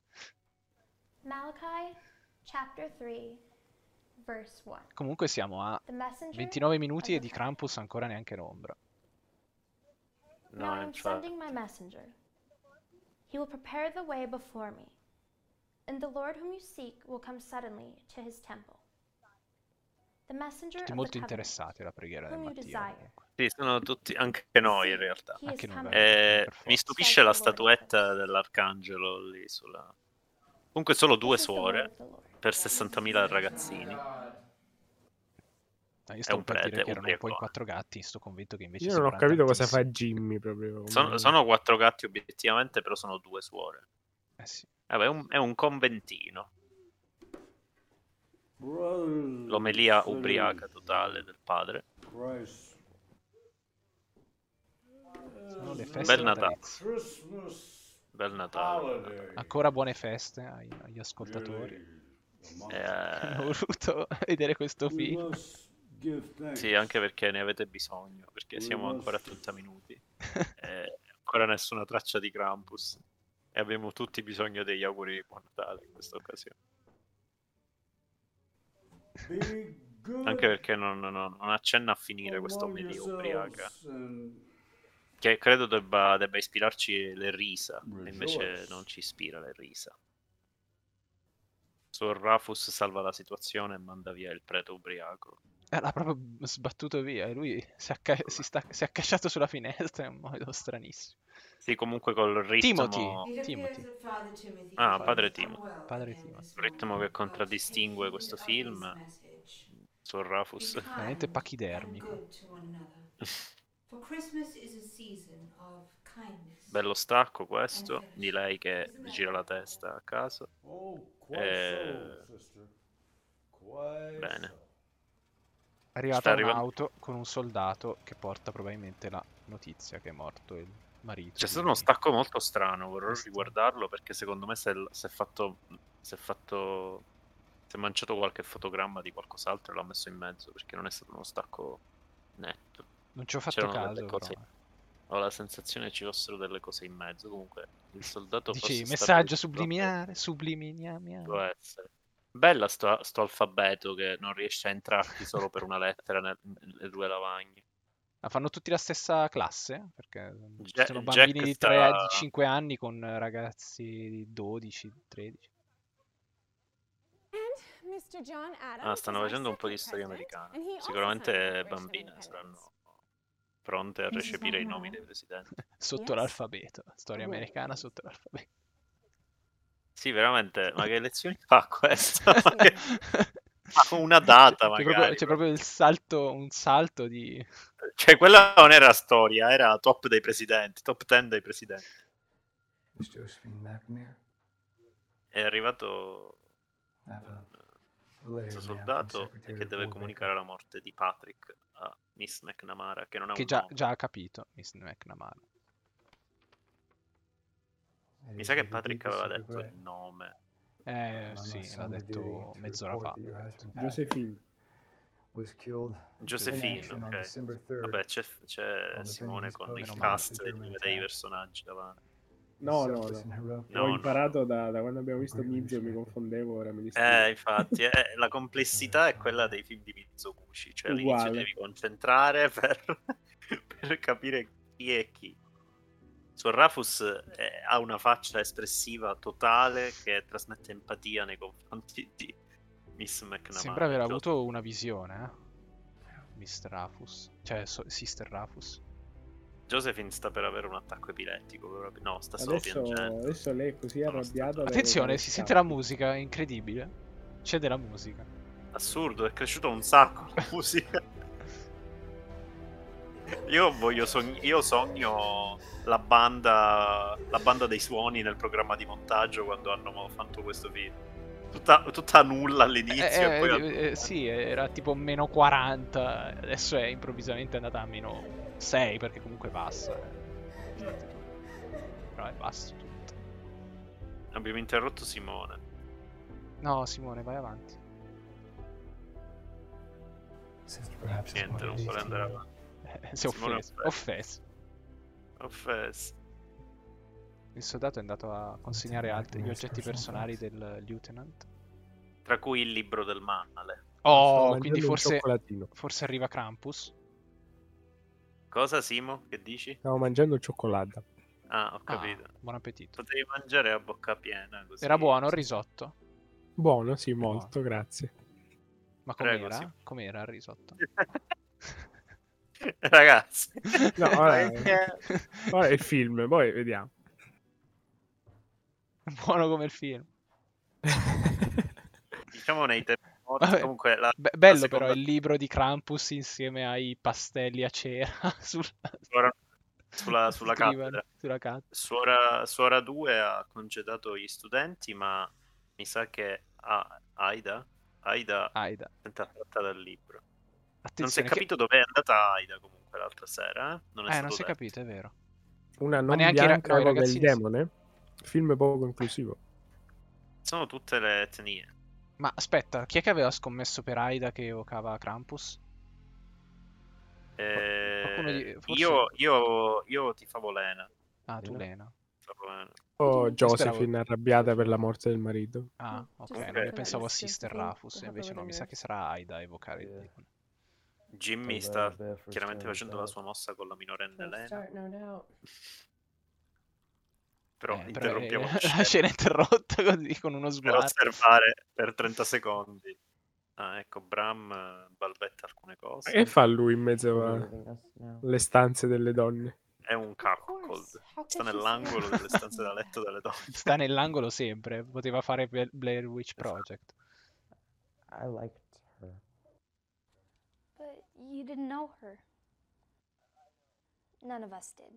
Malachi chapter three, verse one. Comunque siamo a The messenger ventinove minuti of e the di Krampus ancora neanche l'ombra. Now No, I am infatti. sending my messenger. He will prepare the way before me. And the Lord whom you seek will come suddenly to his temple. The messenger Tutti of molto the covenant, interessati alla preghiera del whom you mattino. desire. comunque. Sì, sono tutti, anche noi in realtà. He Anche is noi, coming. veramente, Eh, per mi forza. stupisce la statuetta dell'arcangelo lì sulla... Comunque solo due This is the word suore of the Lord. per sessantamila ragazzini. Ah, io È stavo un per dire prete, che erano un po' in ubriacone. quattro gatti, sto convinto che invece Io non ho sembrano capito cosa tantissimi. fa Jimmy proprio. come- Sono, sono quattro gatti obiettivamente, però sono due suore. Eh sì. Vabbè, è un, è un conventino. Brothers L'omelia and ubriaca sisters, totale del padre. Christ. Sono le is feste Bel Natale. natalizie. Christmas Bel Natale. holiday. Ancora buone feste ai- agli ascoltatori. Really, Eh, Hanno voluto vedere questo we film. must give thanks. sì, anche perché ne avete bisogno, perché siamo ancora a trenta minuti. E ancora nessuna traccia di Krampus. E abbiamo tutti bisogno degli auguri di buon Natale in questa occasione. Be good Anche perché non, non- non accenna a finire questa among omelia ubriaca. yourselves and Che credo debba, debba ispirarci le risa, e invece rejoice. non ci ispira le risa. Sor Rafus salva la situazione e manda via il prete ubriaco. Eh, L'ha proprio sbattuto via e lui si, è acca- si sta- si è accasciato sulla finestra in un modo stranissimo. Sì, comunque col ritmo... Timothy. Timothy. Ah, padre Timothy. Padre Timothy. Il ritmo che contraddistingue questo film. Sor Rafus. Veramente pachidermico. For Christmas is a season of kindness. Bello stacco questo, di lei che gira la testa a caso. Oh, quite Eh, so, sister. Quite bene. so. È arrivata Sta arrivando- un'auto con un soldato che porta probabilmente la notizia che è morto il marito. C'è di- stato uno stacco molto strano, vorrei Questo. riguardarlo perché secondo me si è, si è fatto... Si è fatto... Si è manciato qualche fotogramma di qualcos'altro e l'ha messo in mezzo perché non è stato uno stacco netto. Non ci ho fatto C'erano caso, delle cose- però. Ho la sensazione che ci fossero delle cose in mezzo. Comunque, il soldato Dici, fosse stato messaggio il- subliminare, subliminare. Può essere. Bella sto, sto alfabeto che non riesce a entrarti solo per una lettera nel- nelle due lavagne. Ma fanno tutti la stessa classe? Perché ci Jack- sono Jack bambini di, tre, sta- di cinque anni con ragazzi di dodici, tredici. And mister John Adams Ah, stanno is our facendo un po' di second storia president, americana. and he also Sicuramente signed the Declaration of bambine Independence. saranno pronte a missus recepire i nomi McNamara. dei presidenti. Sotto Yes. l'alfabeto. Storia Allora. americana sotto l'alfabeto. Sì, veramente, ma che lezioni fa questa? Ma che- ma una data C'è magari. proprio, c'è proprio il salto, un salto di... Cioè, quella non era storia, era top dei presidenti, top ten dei presidenti. Miss Josephine McNamara. È arrivato I have a letter questo now from soldato Secretary che deve Warbeck. comunicare la morte di Patrick a Miss McNamara, che non ha che un già, nome. già ha capito, mister McNamara. It Mi is sa che with the Patrick deepest aveva of detto il regret nome. Eh on my sì, l'ha Sunday detto duty to mezz'ora report fa. that your husband Josephine. was killed Josephine, in action on ok. December third. Vabbè, c'è, c'è on the Simone Benny's con Post il Meno cast male. e gli vede i personaggi davanti. No, no, Selfless no. and heroic. No, Ho no. imparato da, da quando abbiamo visto Mizzo, mi confondevo, ora mi Eh, distingo. infatti, eh, la complessità è quella dei film di Mizoguchi, cioè all'inizio Uguale. devi concentrare per, per capire chi è chi. Suor Rufus eh, ha una faccia espressiva totale che trasmette empatia nei confronti di Miss McNamara. Sembra aver Joseph. avuto una visione, eh? mister Rufus. Cioè, so- Sister Rufus. Josephine sta per avere un attacco epilettico. proprio. No, sta solo Adesso, piangendo. adesso lei è così arrabbiata. da- Attenzione, da- si sente la musica, è incredibile. C'è della musica. Assurdo, è cresciuto un sacco la musica. Io voglio sogn- io sogno la banda la banda dei suoni nel programma di montaggio quando hanno fatto questo film. Tutta, tutta nulla all'inizio Eh, e poi eh, al- eh, sì, era tipo meno quaranta, adesso è improvvisamente andata a meno sei perché comunque passa. eh. Però è basso tutto. abbiamo interrotto Simone. No, Simone, vai avanti. Niente, non vuole andare avanti. Eh, si è Simone offeso. Offeso. Offeso. Il soldato è andato a consegnare altri gli oggetti personali del lieutenant. Tra cui il libro del male. Stavo Oh, mangiando quindi un forse cioccolatino. forse arriva Krampus. Cosa, Simo? Che dici? Stavo mangiando il cioccolato. Ah, ho capito. Ah, buon appetito. Potevi mangiare a bocca piena così. Era buono il risotto? Buono, sì, molto, grazie. Ma Prego, com'era? sì. Com'era il risotto? Ragazzi. No, ora, Perché- ora è il film, poi vediamo. Buono come il film. Diciamo nei tempi morti. Vabbè, Comunque la, be- la bello seconda però il libro di Krampus insieme ai pastelli a cera sul- suora, sulla, sulla scrivano, cattedra. sulla cattedra. Suora, Suora due ha congedato gli studenti, ma mi sa che a Aida Aida, Aida. è tratta dal libro. Non si è Attenzione che- capito dove è andata Aida comunque l'altra sera, eh? Non è Eh, stato non si è detto. capito, è vero. Una Ma non neanche i ra- bianca no, i evoca il ragazzini sì. demone. Film poco inclusivo. Sono tutte le etnie. Ma aspetta, chi è che aveva scommesso per Aida che evocava Krampus? Eh, qualcuno di- forse- io, io, io ti favo Lena. Ah, tu Lena. Tifavo Lena. O Io Josephine speravo- arrabbiata per la morte del marito. Ah, ok, Comunque- no, io pensavo a Just Sister Josephine, Rufus, to e have invece a no, mi sa witness. che sarà Aida a evocare il demone. Jimmy Well, sta uh, there for chiaramente some facendo la doubt. sua mossa con la minorenne Don't Lena. start no doubt. Però Eh, però, interrompiamo eh, la scena la scena è interrotta così con uno per sguardo. osservare per trenta secondi. Ah, ecco, Bram eh, balbetta alcune cose. Ma che fa lui in mezzo Leaving us now. alle stanze delle donne? È un cuckold. Sta nell'angolo delle stanze da letto delle donne. Sta nell'angolo sempre, poteva fare Bla- Blair Witch Project. I liked her. But you didn't know her. None of us did.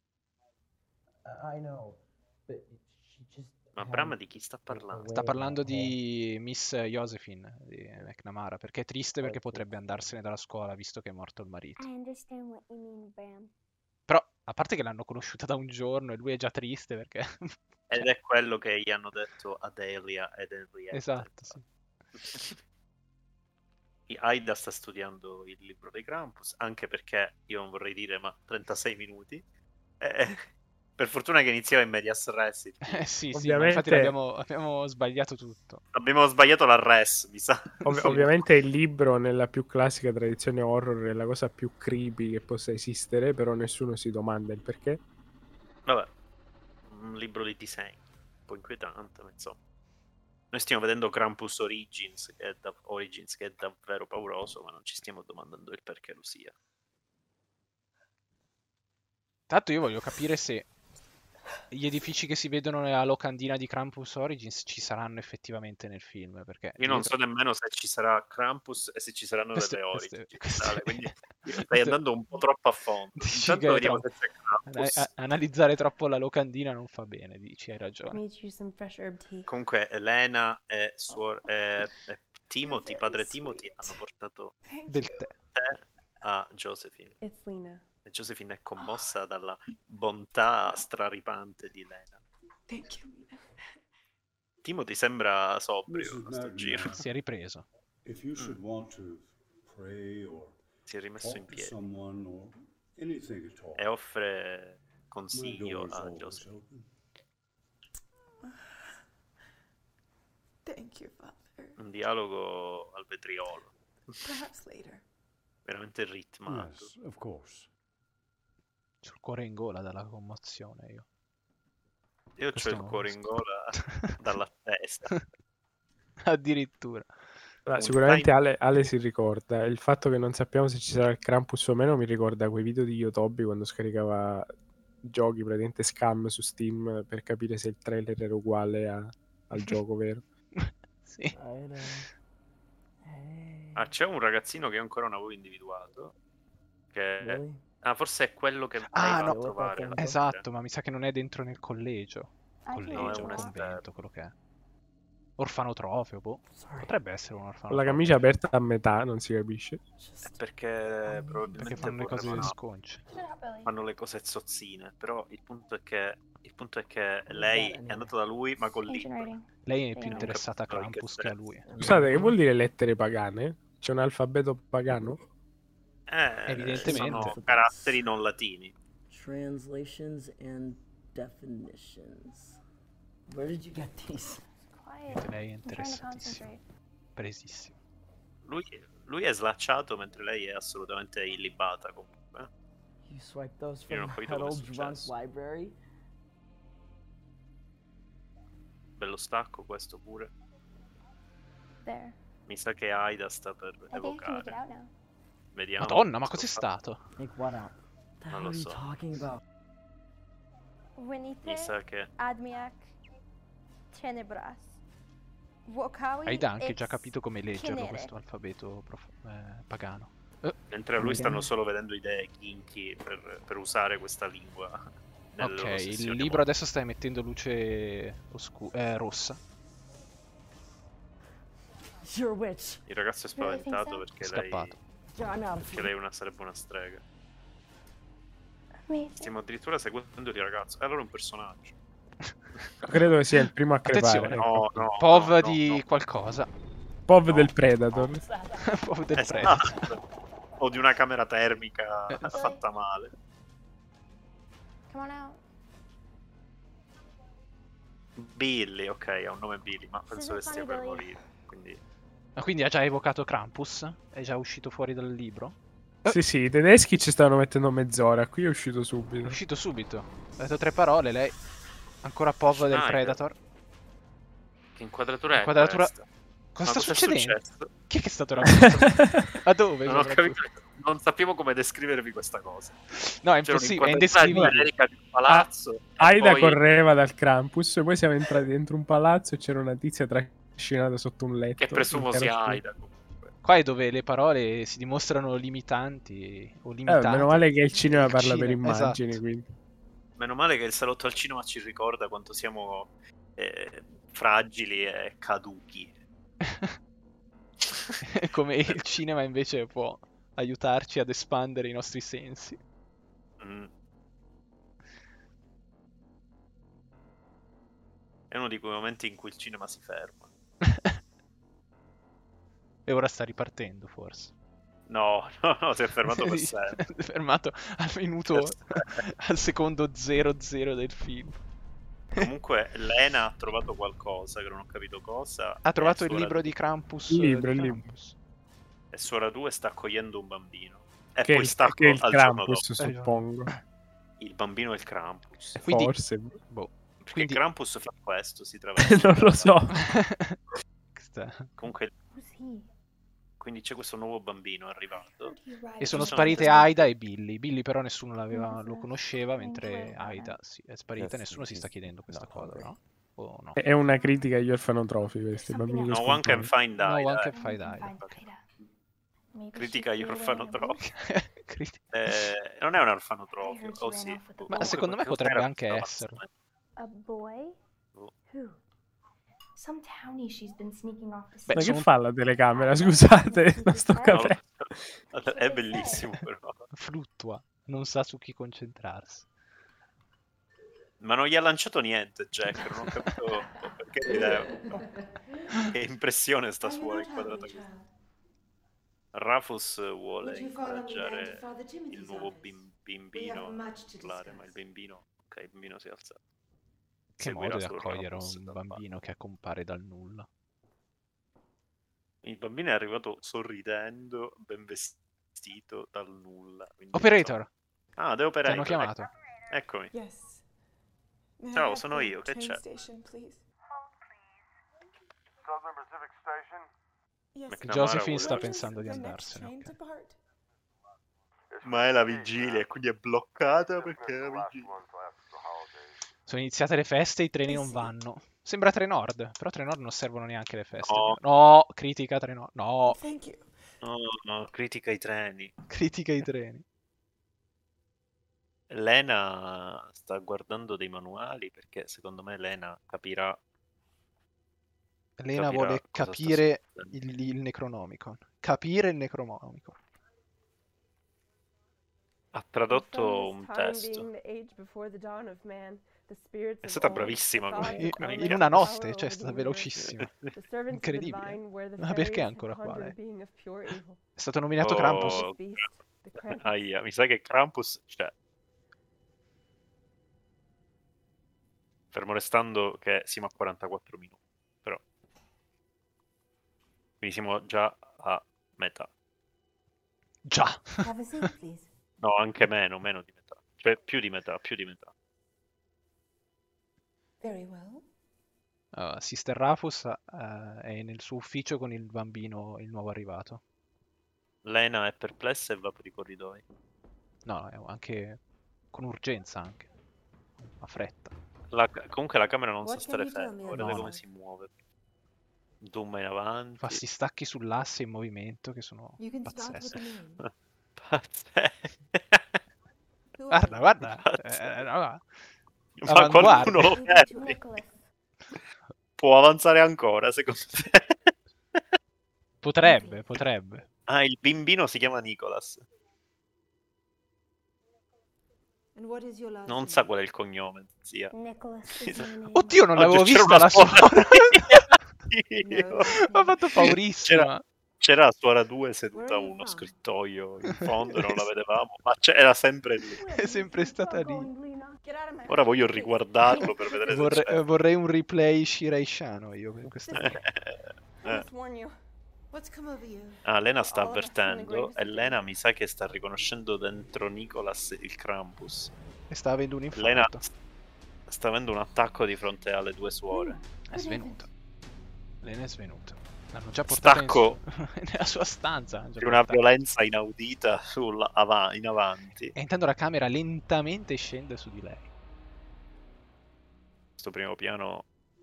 I know, but she just. Ma had Bram di chi sta a parlando? Sta way parlando about her. di Miss Josephine di McNamara, perché è triste perché potrebbe andarsene dalla scuola visto che è morto il marito. I understand what you mean, Bram. Però, a parte che l'hanno conosciuta da un giorno e lui è già triste perché... Ed è quello che gli hanno detto Adelia ed Henrietta. Esatto, sì. Aida sta studiando il libro dei Krampus, anche perché, io non vorrei dire, ma trentasei minuti. Eh, per fortuna che iniziava in medias res. il film. Eh sì, sì, ma Ovviamente- infatti l'abbiamo- abbiamo sbagliato tutto. Abbiamo sbagliato la res, mi sa. Ov- ovviamente il libro, nella più classica tradizione horror, è la cosa più creepy che possa esistere, però nessuno si domanda il perché. Vabbè, un libro di disegno, un po' inquietante, ma insomma. Noi stiamo vedendo Krampus Origins che, è da- Origins, che è davvero pauroso, ma non ci stiamo domandando il perché lo sia. Tanto io voglio capire se gli edifici che si vedono nella locandina di Krampus Origins ci saranno effettivamente nel film, perché Io non dietro- so nemmeno se ci sarà Krampus e se ci saranno Queste- delle queste- Origins. queste- Tale, quindi stai queste- andando un po' troppo a fondo. Dici Intanto che è vediamo troppo- se c'è Krampus. Ana- a- analizzare troppo la locandina non fa bene, dici, hai ragione. Made you some fresh herb tea. Comunque Elena e, suor- e- e Timothy, padre Timothy, hanno portato Del tè. tè a Josephine. It's Lena. E Josephine è commossa dalla bontà straripante di Elena. Thank you, Lena. Timothy sembra sobrio missus a sto McNamara. giro. Si è ripreso. If you should want to pray or Si è rimesso in talk to piedi someone or anything at all, e offre my consiglio door is a always Josephine. open. Thank you, Father. Un dialogo al vetriolo, Perhaps later. veramente ritmato. Yes, of course. Sul cuore in gola dalla commozione io. Io Questo ho il non cuore lo in so. gola dalla testa. Addirittura. Allora, Un sicuramente time- Ale, Ale si ricorda. Il fatto che non sappiamo se ci sarà il Krampus o meno mi ricorda quei video di Yotobi quando scaricava giochi, praticamente scam su Steam per capire se il trailer era uguale a- al gioco vero. Sì. Ah, c'è un ragazzino che io ancora non avevo individuato. Che Really? ah, forse è quello che Ah, lei va no. a trovare. alla fine. Esatto, ma mi sa che non è dentro nel collegio. I can No, è Collegio, un convento, esterno. quello che è. Orfanotrofio, boh. Potrebbe essere un Con orfanotrofio. la camicia aperta a metà, non si capisce. È perché probabilmente Perché fanno le cose volevano- sconce. fanno le cose zozzine. Però il punto è che il punto è che lei è andata da lui, ma con libro. Lei è Non più interessata a capisco in che Krampus che a lui. Scusate, che vuol dire lettere pagane? C'è un alfabeto pagano? Eh, Evidentemente. sono caratteri non latini. Translations and definitions. Where did you get these? Lei è I'm trying to interessantissima. concentrate. Presissima. Lui, lui è slacciato mentre lei è assolutamente illibata comunque. You swiped those Io non from ho that capito come è old drunk successo. library? Bello stacco questo pure. There. Mi sa che Aida sta per I think I can make it evocare. out now. Vediamo. Madonna, ma cos'è stato? Make what out? The Non hell lo are you so. talking about? Venite Mi sa che admiac tenebras. Wokawi Aida ha anche già ex capito come leggerlo Kinere. questo alfabeto prof- eh, pagano. Eh, mentre a lui stanno solo vedendo idee kinky per, per usare questa lingua. nelle loro ok, il sessioni libro adesso sta emettendo luce oscu- eh, rossa. You're a witch. Il ragazzo è Really think spaventato so? perché È lei, scappato. I'm out of perché here. lei una, sarebbe una strega. Amazing. Stiamo addirittura seguendo il ragazzo. E allora è un personaggio. Credo che sia il primo a crepare. Attenzione, ecco. No, no. Pov no, di no. qualcosa. Pov no. del Predator. Pov del Esatto. Predator. O di una camera termica Eh, sì. fatta male. Come on out. Billy, ok, ha un nome Billy, ma penso che Sì, stia funny per Billy. morire. Quindi Ma quindi ha già evocato Krampus? È già uscito fuori dal libro? Sì, sì, i tedeschi ci stavano mettendo mezz'ora, qui è uscito È subito. uscito subito. Ha detto tre parole, lei. Ancora Pov del Schneider. Predator. che inquadratura è Inquadratura- questa? Cosa Ma sta cos'è succedendo? successo? Chi è che è stato rapito? A dove? Non ho soprattutto? capito, non sappiamo come descrivervi questa cosa. No, è C'era impossibile, è un'inquadratura indescrivibile. generica di un palazzo. e Aida poi- correva dal Krampus, poi siamo entrati dentro un palazzo e c'era una tizia trascinata sotto un letto. Che presumo Un sia carro Aida comunque. Qua è dove le parole si dimostrano limitanti o Eh, limitate. meno male che il cinema Il parla per cinema, immagini, esatto. quindi. Meno male che il salotto al cinema ci ricorda quanto siamo eh, fragili e caduchi. Come il cinema invece può aiutarci ad espandere i nostri sensi. Mm. È uno di quei momenti in cui il cinema si ferma. E ora sta ripartendo, forse. No, no, no, si è fermato per sempre. Si è fermato al minuto, al secondo zero zero del film. Comunque Lena ha trovato qualcosa che non ho capito cosa. Ha trovato e il Suora- libro di Krampus. Il libro, di il libro. Krampus. E Suora due sta accogliendo un bambino. E Che, poi il- stacco che è il al giorno Krampus, dopo. suppongo. Il bambino è il Krampus. Quindi- Forse. Boh. Perché Quindi- il Krampus fa questo, si traveste. Non lo so. Questa- Comunque, Who's he? quindi c'è questo nuovo bambino arrivato. E sono Sono sparite queste- Aida e Billy. Billy però nessuno l'aveva, lo conosceva, mentre Strange. Aida sì, è sparita. Yes, Nessuno si sta he's chiedendo questa not cosa, hungry. no? O no? È una critica agli orfanotrofi questi bambini che No one can scomparvono. find No Aida. one eh. can find Aida. Maybe Critica she gli threw away in a orfanotrofi. bush. Criti- Eh, non è un orfanotrofio. I heard Oh she sì. ran off with the Ma boy. secondo me Comunque, potrebbe cos'era anche questa esserlo. passione? A boy? Oh. Who? Some townie she's been sneaking off the Beh, Ma che sono- fa la telecamera? Scusate, non sto No, capendo. No, è bellissimo però. Fluttua, non sa su chi concentrarsi. Ma non gli ha lanciato niente Jack, non ho capito perché video. Che impressione sta suora inquadrata così. Rufus vuole incoraggiare il nuovo bim- bimbino a parlare, ma il bambino, ok, il bambino si è alzato. Che Seguirà modo di solo accogliere Rufus un dal bambino che compare dal nulla. Il bambino è arrivato sorridendo, ben vestito dal nulla. quindi, Operator! Ah, devo Ti hanno operare. chiamato. Eccomi. Yes. May I Ciao, have sono the io, che train c'è? station, please? Southern Pacific Station? Yes. McNamara Josephine sta vuole- pensando di The next andarsene. train ok. to Bart? Ma è la vigilia, quindi è bloccata perché è la vigilia. Sono iniziate le feste e i treni non vanno. Sembra Trenord, però Trenord non servono neanche le feste. No. No, critica Trenord. No, Thank you. No, no, critica i treni. critica i treni. Lena sta guardando dei manuali perché secondo me Lena capirà. Lena capirà vuole cosa sta capire succedendo. il, il Necronomicon. Capire il Necronomicon. Ha tradotto un testo. È stata bravissima In, comunque. mi in piace. una notte, cioè è stata velocissima. Incredibile. Ma perché è ancora qua lei? È stato nominato Krampus. Oh, aia, mi sa che Krampus c'è. Fermo restando che siamo a quarantaquattro minuti, però. Quindi siamo già a metà. Già. Have a seat, please. No, anche meno, meno di metà. Cioè più di metà, più di metà. Very well. Uh, Sister Rafus uh, è nel suo ufficio con il bambino, il nuovo arrivato. Lena è perplessa e va per i corridoi. No, è anche con urgenza anche. A fretta. La- comunque la camera non What sa can stare you tell ferma, me guardate about come her? si muove. Zoom in avanti. Fa sti stacchi sull'asse in movimento che sono You can start with pazzeschi. the name. Pazzesco. Who are Guarda, you? guarda. Pazzesco. Eh, no, no. Ma Avanguardia. qualcuno lo Maybe to fermi. Nicholas. Può avanzare ancora, secondo te? Potrebbe, potrebbe. Ah, il bimbino si chiama Nicholas. And what is your last Non name? sa qual è il cognome, zia. Nicholas is my name. Oddio, non l'avevo Oggi c'era vista una la suora. suora. Io. Mi ha fatto paurissima. C'era, c'era la suora due seduta a Where are you uno from? scrittoio in fondo, non la vedevamo, ma c'era sempre lì. È sempre stata lì. Ora voglio riguardarlo per vedere se Vorrei, c'è. vorrei un replay Shiraishano io per questa Eh. warn you. What's come over you? Ah, Lena sta All of us in the avvertendo greatest e Lena mi sa che sta riconoscendo dentro Nicholas il Krampus. e sta avendo un Lena infarto. st- sta avendo un attacco di fronte alle due suore. È svenuta. Lena è svenuta. L'hanno già portata in Stacco su- nella sua stanza. l'hanno già di una portata. violenza inaudita sulla- ava- in avanti. E intanto la camera lentamente scende su di lei. Questo primo piano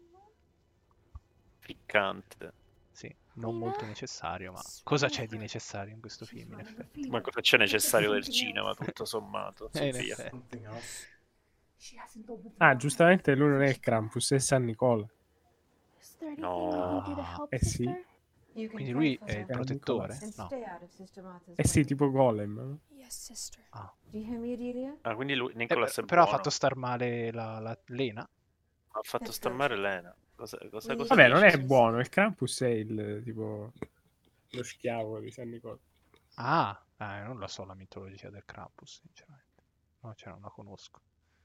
piccante. Sì, non molto necessario, ma cosa c'è di necessario in questo film, in effetti? Ma cosa c'è necessario del cinema, tutto sommato? Eh, in Sofia? effetti. Something else? Ah, giustamente lui non è il Krampus, è San Nicola. Is there anything No. I can do to help, Eh sì. sister? You can Quindi pray lui for è il her protettore? and No. stay out of Sister Martha's Eh sì, way. tipo Golem, no? Yes, sister. Ah. Do you hear me, Adelia? Ah, quindi lui, Eh, Nicholas è però ha buono. fatto star male la, la Lena. Ha fatto stammare Lena. Cosa, cosa, cosa Vabbè, non dici? è buono, il Krampus è il tipo lo schiavo di San Nicola. Ah, eh, non la so la mitologia del Krampus, sinceramente. No, cioè non la conosco.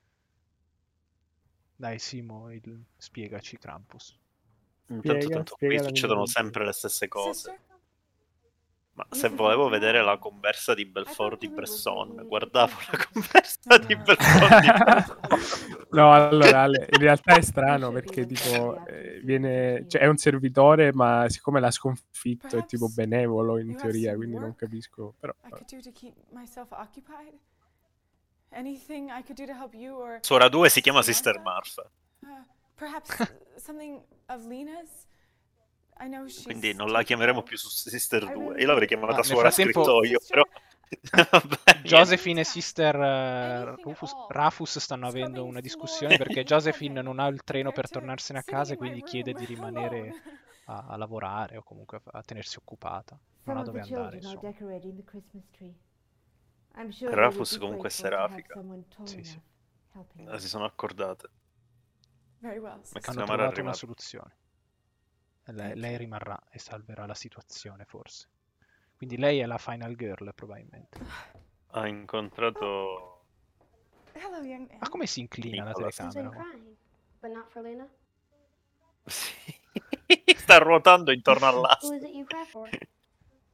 Dai, Simo, il... spiegaci Krampus. Intanto Spiega, tanto spiega qui la succedono mitologia. sempre le stesse cose. Sister? Ma se volevo vedere la conversa di Belfort di Bresson, guardavo la conversa di Belfort di Bresson. No, allora, Ale, in realtà è strano perché tipo eh, viene, cioè, è un servitore, ma siccome l'ha sconfitto è tipo benevolo in teoria, quindi non capisco, però I could do to keep myself occupied? Anything I could do to help you or Suora due si chiama Sister Martha, uh, perhaps something of Lena's? I know she's quindi non la chiameremo più su Sister due. Io l'avrei chiamata Ah, nel Suora frattempo- scrittoio, però... Vabbè, Josephine e Sister eh, Rufus, Rafus stanno avendo una discussione perché Josephine non ha il treno per tornarsene a casa e quindi chiede di rimanere a, a lavorare o comunque a, a tenersi occupata. Non Some ha of dove the andare, children are insomma. decorating the Christmas tree. I'm sure they would Rafus be comunque è grateful to have serafica. someone tall Sì, sì. enough helping Eh, them. si sono accordate. very well. sister. Hanno McNamara è trovato una arrivato. soluzione. E Lei, lei rimarrà e salverà la situazione, forse. Quindi lei è la final girl, probabilmente. Ha incontrato... Hello, young man. Ma come si inclina la Nicholas. Susan telecamera? crying, but not for Lena. Sì. Sta ruotando intorno Who all'asse. is it you cry for?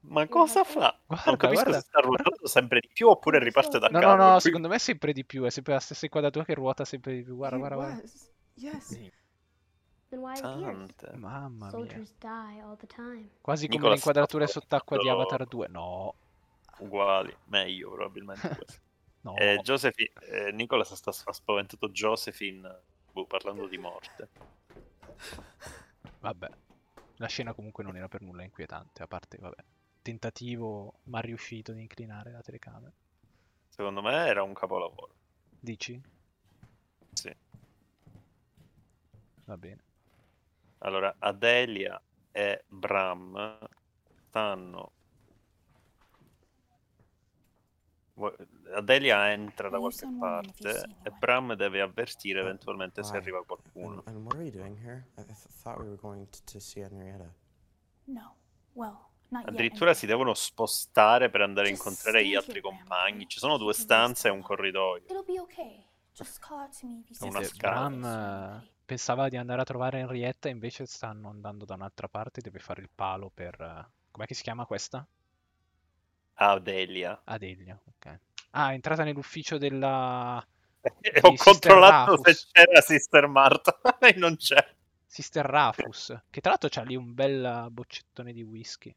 Ma cosa fa? Guarda, Non capisco guarda, se sta ruotando sempre di più oppure riparte da No, capo. no, no, Qui- secondo me sempre di più, è sempre la stessa inquadratura che ruota sempre di più. Guarda, It guarda, guarda. was. Yes. Then why the tears? Tante. Mamma mia. Soldiers die all the time. Quasi come Nicola le inquadrature sta sott'acqua di facendo Avatar due. No, Uguali, meglio probabilmente questo. no. Eh, Josephine, eh, Nicolas sta ha spaventato Josephine boh, parlando di morte. Vabbè, la scena comunque non era per nulla inquietante, a parte, vabbè, tentativo mal riuscito di inclinare la telecamera. Secondo me era un capolavoro. Dici? Sì. Va bene. Allora, Adelia e Bram stanno... Vo- Adelia entra da qualche parte e Bram deve avvertire eventualmente se Why? arriva qualcuno. And, and what are we doing here? I, I th- thought we were going to, to see Henrietta. No. Well, not yet. Addirittura si devono spostare per andare a Just incontrare gli stand altri here, compagni. Ci sono due stanze e un corridoio. It'll be okay. Just call out to me if you see Una Eh, scala. Bram eh, pensava di andare a trovare Henrietta, invece stanno andando da un'altra parte, deve fare il palo per... eh, com'è che si chiama questa? Adelia. Adelia, ok. Ah, è entrata nell'ufficio della... E di ho Sister controllato se Rafus. c'era Sister Marta e non c'è. Sister Rafus, che tra l'altro c'ha lì un bel boccettone di whisky.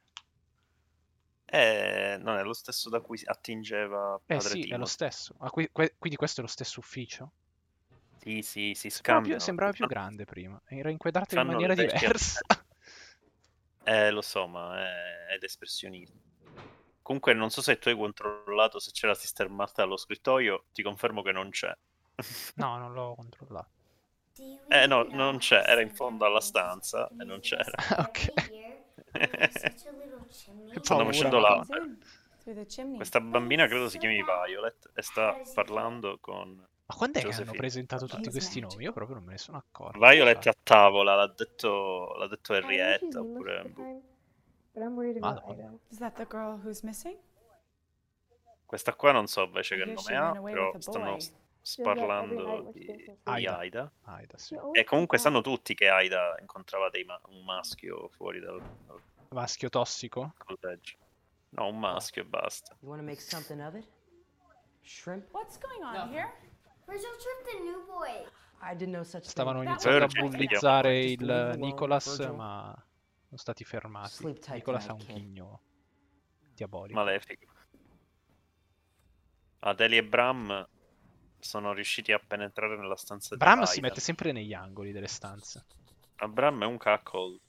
Eh, non è lo stesso da cui si attingeva Eh padre sì, è lo Timothy. stesso. Ah, qui- que- quindi questo è lo stesso ufficio? Sì, sì, si Sembrava più, scambiano. sembrava più grande prima. Era inquadrato in Fanno maniera le vecchie diversa. Eh, lo so, ma è, è espressionismo. Comunque non so se tu hai controllato se c'era Sister Marta allo scrittoio, ti confermo che non c'è. No, non l'ho controllato. Eh no, non c'è, era in fondo alla stanza e non c'era. Ok. Stanno paura, facendo Madonna. la... Through the chimney. Questa bambina credo si chiami Violet e sta parlando con Ma quando è che hanno Josephine. presentato tutti questi nomi? Io proprio non me ne sono accorto. Violet a tavola, l'ha detto, l'ha detto Henrietta, oppure... boh. But I'm worried about Madonna. Ida. Is that the girl who's missing? Questa qua non so invece I che hear nome she ha, ran away però with a stanno boy. s- She does that every parlando night when she di, goes to di Aida. Aida. Aida, sì. She always E comunque does that. sanno tutti che Aida incontrava dei ma- un maschio fuori dal, dal Maschio tossico? collegio. No, un maschio e basta. You want to make something of it? Shrimp? What's going on here? Where's your trip the new boy? I did no such Stavano thing. iniziando a Virgil, bullizzare Just il leave him alone, Nicholas, Virgil. ma sono stati fermati. Sleep tight Nicholas ha un tonight, kid. ghigno diabolico. Malefico. Adelia e Bram sono riusciti a penetrare nella stanza di Bram si Aida. mette sempre negli angoli delle stanze. Ma Bram è un caccol.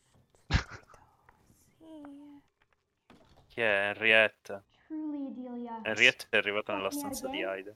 Chi è? Henrietta. Truly, Adelia. Henrietta è arrivata nella Let me out stanza di again? Aida.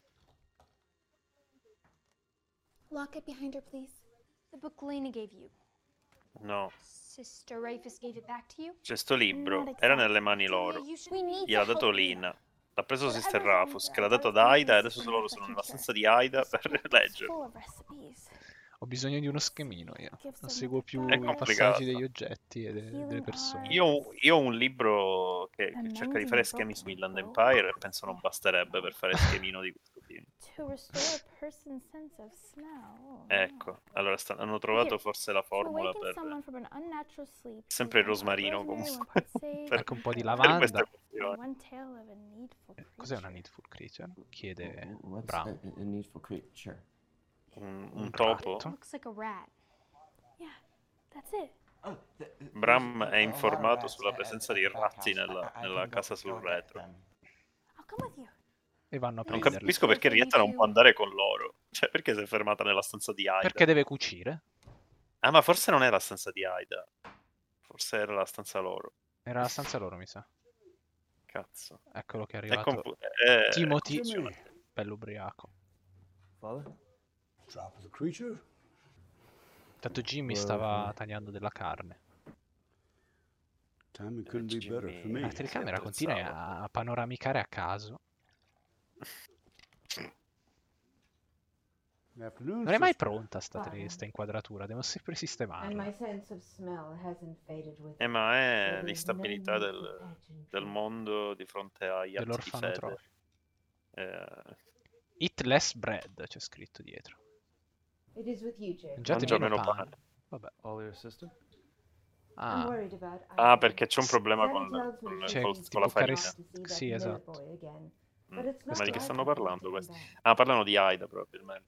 Lock it behind her, please. The book Lena gave you. No, Sister Rafus gave it back to you? c'è sto libro, Not era nelle mani exactly. loro. You should- We need Gliel'ha to dato help Lina. L'ha preso Whatever Sister happens Rafus, to che l'ha dato ad our Aida, e friends adesso in loro the sono nella future. stanza di Aida This per book is leggerlo. full of recipes. Ho bisogno di uno schemino io. Give Non some seguo of the più È i complicato. passaggi degli oggetti e de- delle Healing persone. Io, ho- io ho un libro che, che And cerca di mending fare a schemi su broken Inland bow. Empire e penso non basterebbe per fare schemino di questo film. To restore a person's sense of smell. Oh, Ecco, allora sta- hanno trovato Here, forse la To formula awaken per... someone from an unnatural sleep. Sempre il one rosmarino rosemary, comunque. one could say, per, Anche un po' di per lavanda. queste and questioni. one tale of a needful Eh, Cos'è una creature. needful creature? Chiede What's Bram. a, a needful creature? Un, Un un topo. ratto? Looks like a rat. Yeah, that's it. Oh, th- th- Bram there's a- è a lot of informato rats sulla at- presenza at di the back ratti house. nella, I- I nella can go- casa go sul get retro. them. I'll come with you. E vanno a Non prenderli. capisco perché Rietta non può andare con loro. Cioè, perché si è fermata nella stanza di Aida? Perché deve cucire? Ah, ma forse non è la stanza di Aida. Forse era la stanza loro. Era la stanza loro, mi sa. Cazzo. Eccolo che è È arrivato. confu- è- Timothy, è confusione. bello ubriaco. Father? Drop of the creature? Intanto Jimmy Well, stava tagliando della carne. Timing couldn't be better for me. La telecamera continua a a panoramicare a caso. Afternoon, Non è mai sister. pronta sta, tele- sta inquadratura, devo sempre And sistemarla. my sense of smell hasn't faded with Eh, ma è There is l'instabilità no del, need for pageantry. del mondo di fronte agli atti di Dell'orfanotrofio. fede. Eh, Eat less bread, c'è scritto dietro. It is with you, Jake. Mangiate Mangia meno meno pane. pane. Vabbè. All your sister? Ah. Ah, perché c'è un problema con, con, C'è col- tipo con la farina. cares- Sì, esatto. Mm. Ma di che stanno parlando questi? Ah, parlano di Aida probabilmente.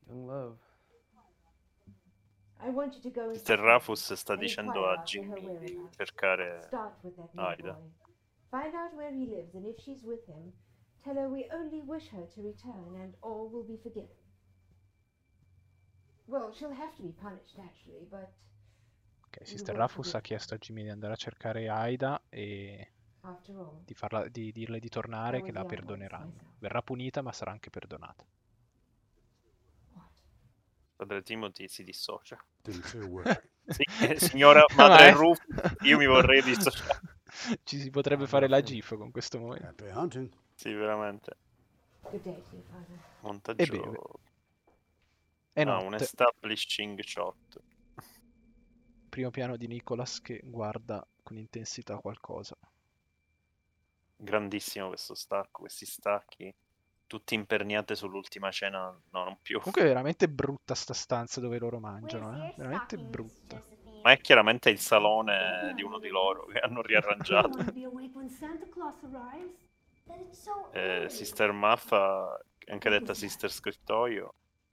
mister Rufus sta dicendo a Jimmy di cercare Aida. Find out where he lives, and if she's with him, tell her we only wish her to return and all will be forgiven. Well, she'll have to be punished, naturally, but... Ok, Sister Rufus ha chiesto a Jimmy di andare a cercare Aida e di, farla, di dirle di tornare, che la perdoneranno. Verrà punita, ma sarà anche perdonata. Padre Timothy si dissocia. Didn't say where. Sì, eh, signora madre Rufus, io mi vorrei dissociare. Ci si potrebbe fare la gif con questo momento. Happy hunting. Sì, veramente. Good day to you, Father. Montaggio... E beve. E no, notte. un establishing shot. Primo piano di Nicholas che guarda con intensità qualcosa. Grandissimo questo stacco, questi stacchi. Tutti imperniate sull'ultima cena, no, non più. Comunque è veramente brutta sta stanza dove loro mangiano, eh? Veramente brutta. Ma è chiaramente il salone di uno di loro che hanno riarrangiato. Eh, Sister Maffa, anche detta Sister Scrittoio,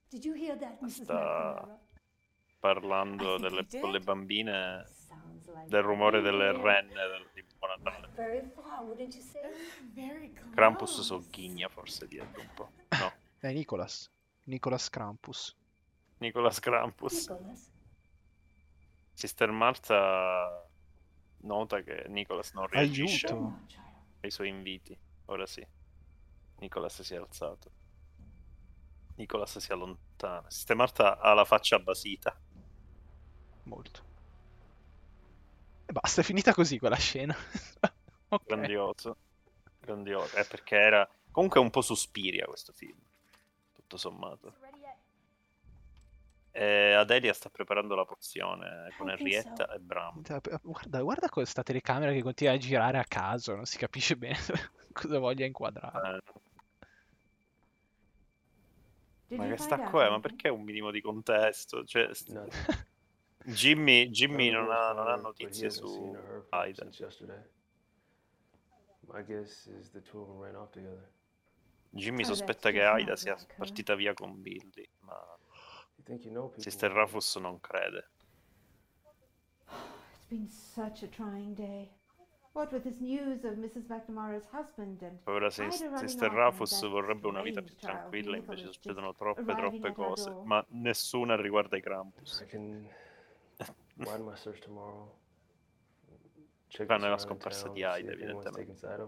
sta parlando delle, con le bambine del rumore delle renne del, di Buon Natale. Krampus sogghigna forse dietro un po'. No. È Nicholas. Nicholas Krampus. Nicholas Krampus. Sister Martha nota che Nicholas non reagisce Aiuto. ai suoi inviti. Ora sì. Nicholas si è alzato. Nicholas si allontana. Sister Martha ha la faccia basita. Molto. E basta, è finita così quella scena. Okay. Grandioso. Grandioso. È perché era... Comunque è un po' Suspiria questo film. Tutto sommato. E Adelia sta preparando la pozione con Henrietta e Bram. Guarda, guarda questa telecamera che continua a girare a caso, non si capisce bene cosa voglia inquadrare. Eh. Ma che stacco è? Ma perché un minimo di contesto? Cioè, Jimmy, Jimmy non ha, non ha notizie su Aida. Jimmy sospetta che Aida sia partita via con Billy, ma Sister Rufus non crede. It's been such a trying day. What with this news of missus McNamara's husband and Ora Sister Rufus vorrebbe una vita più tranquilla, invece succedono troppe troppe cose, ma nessuna riguarda i Krampus. Tranne la scomparsa di Aida, evidentemente.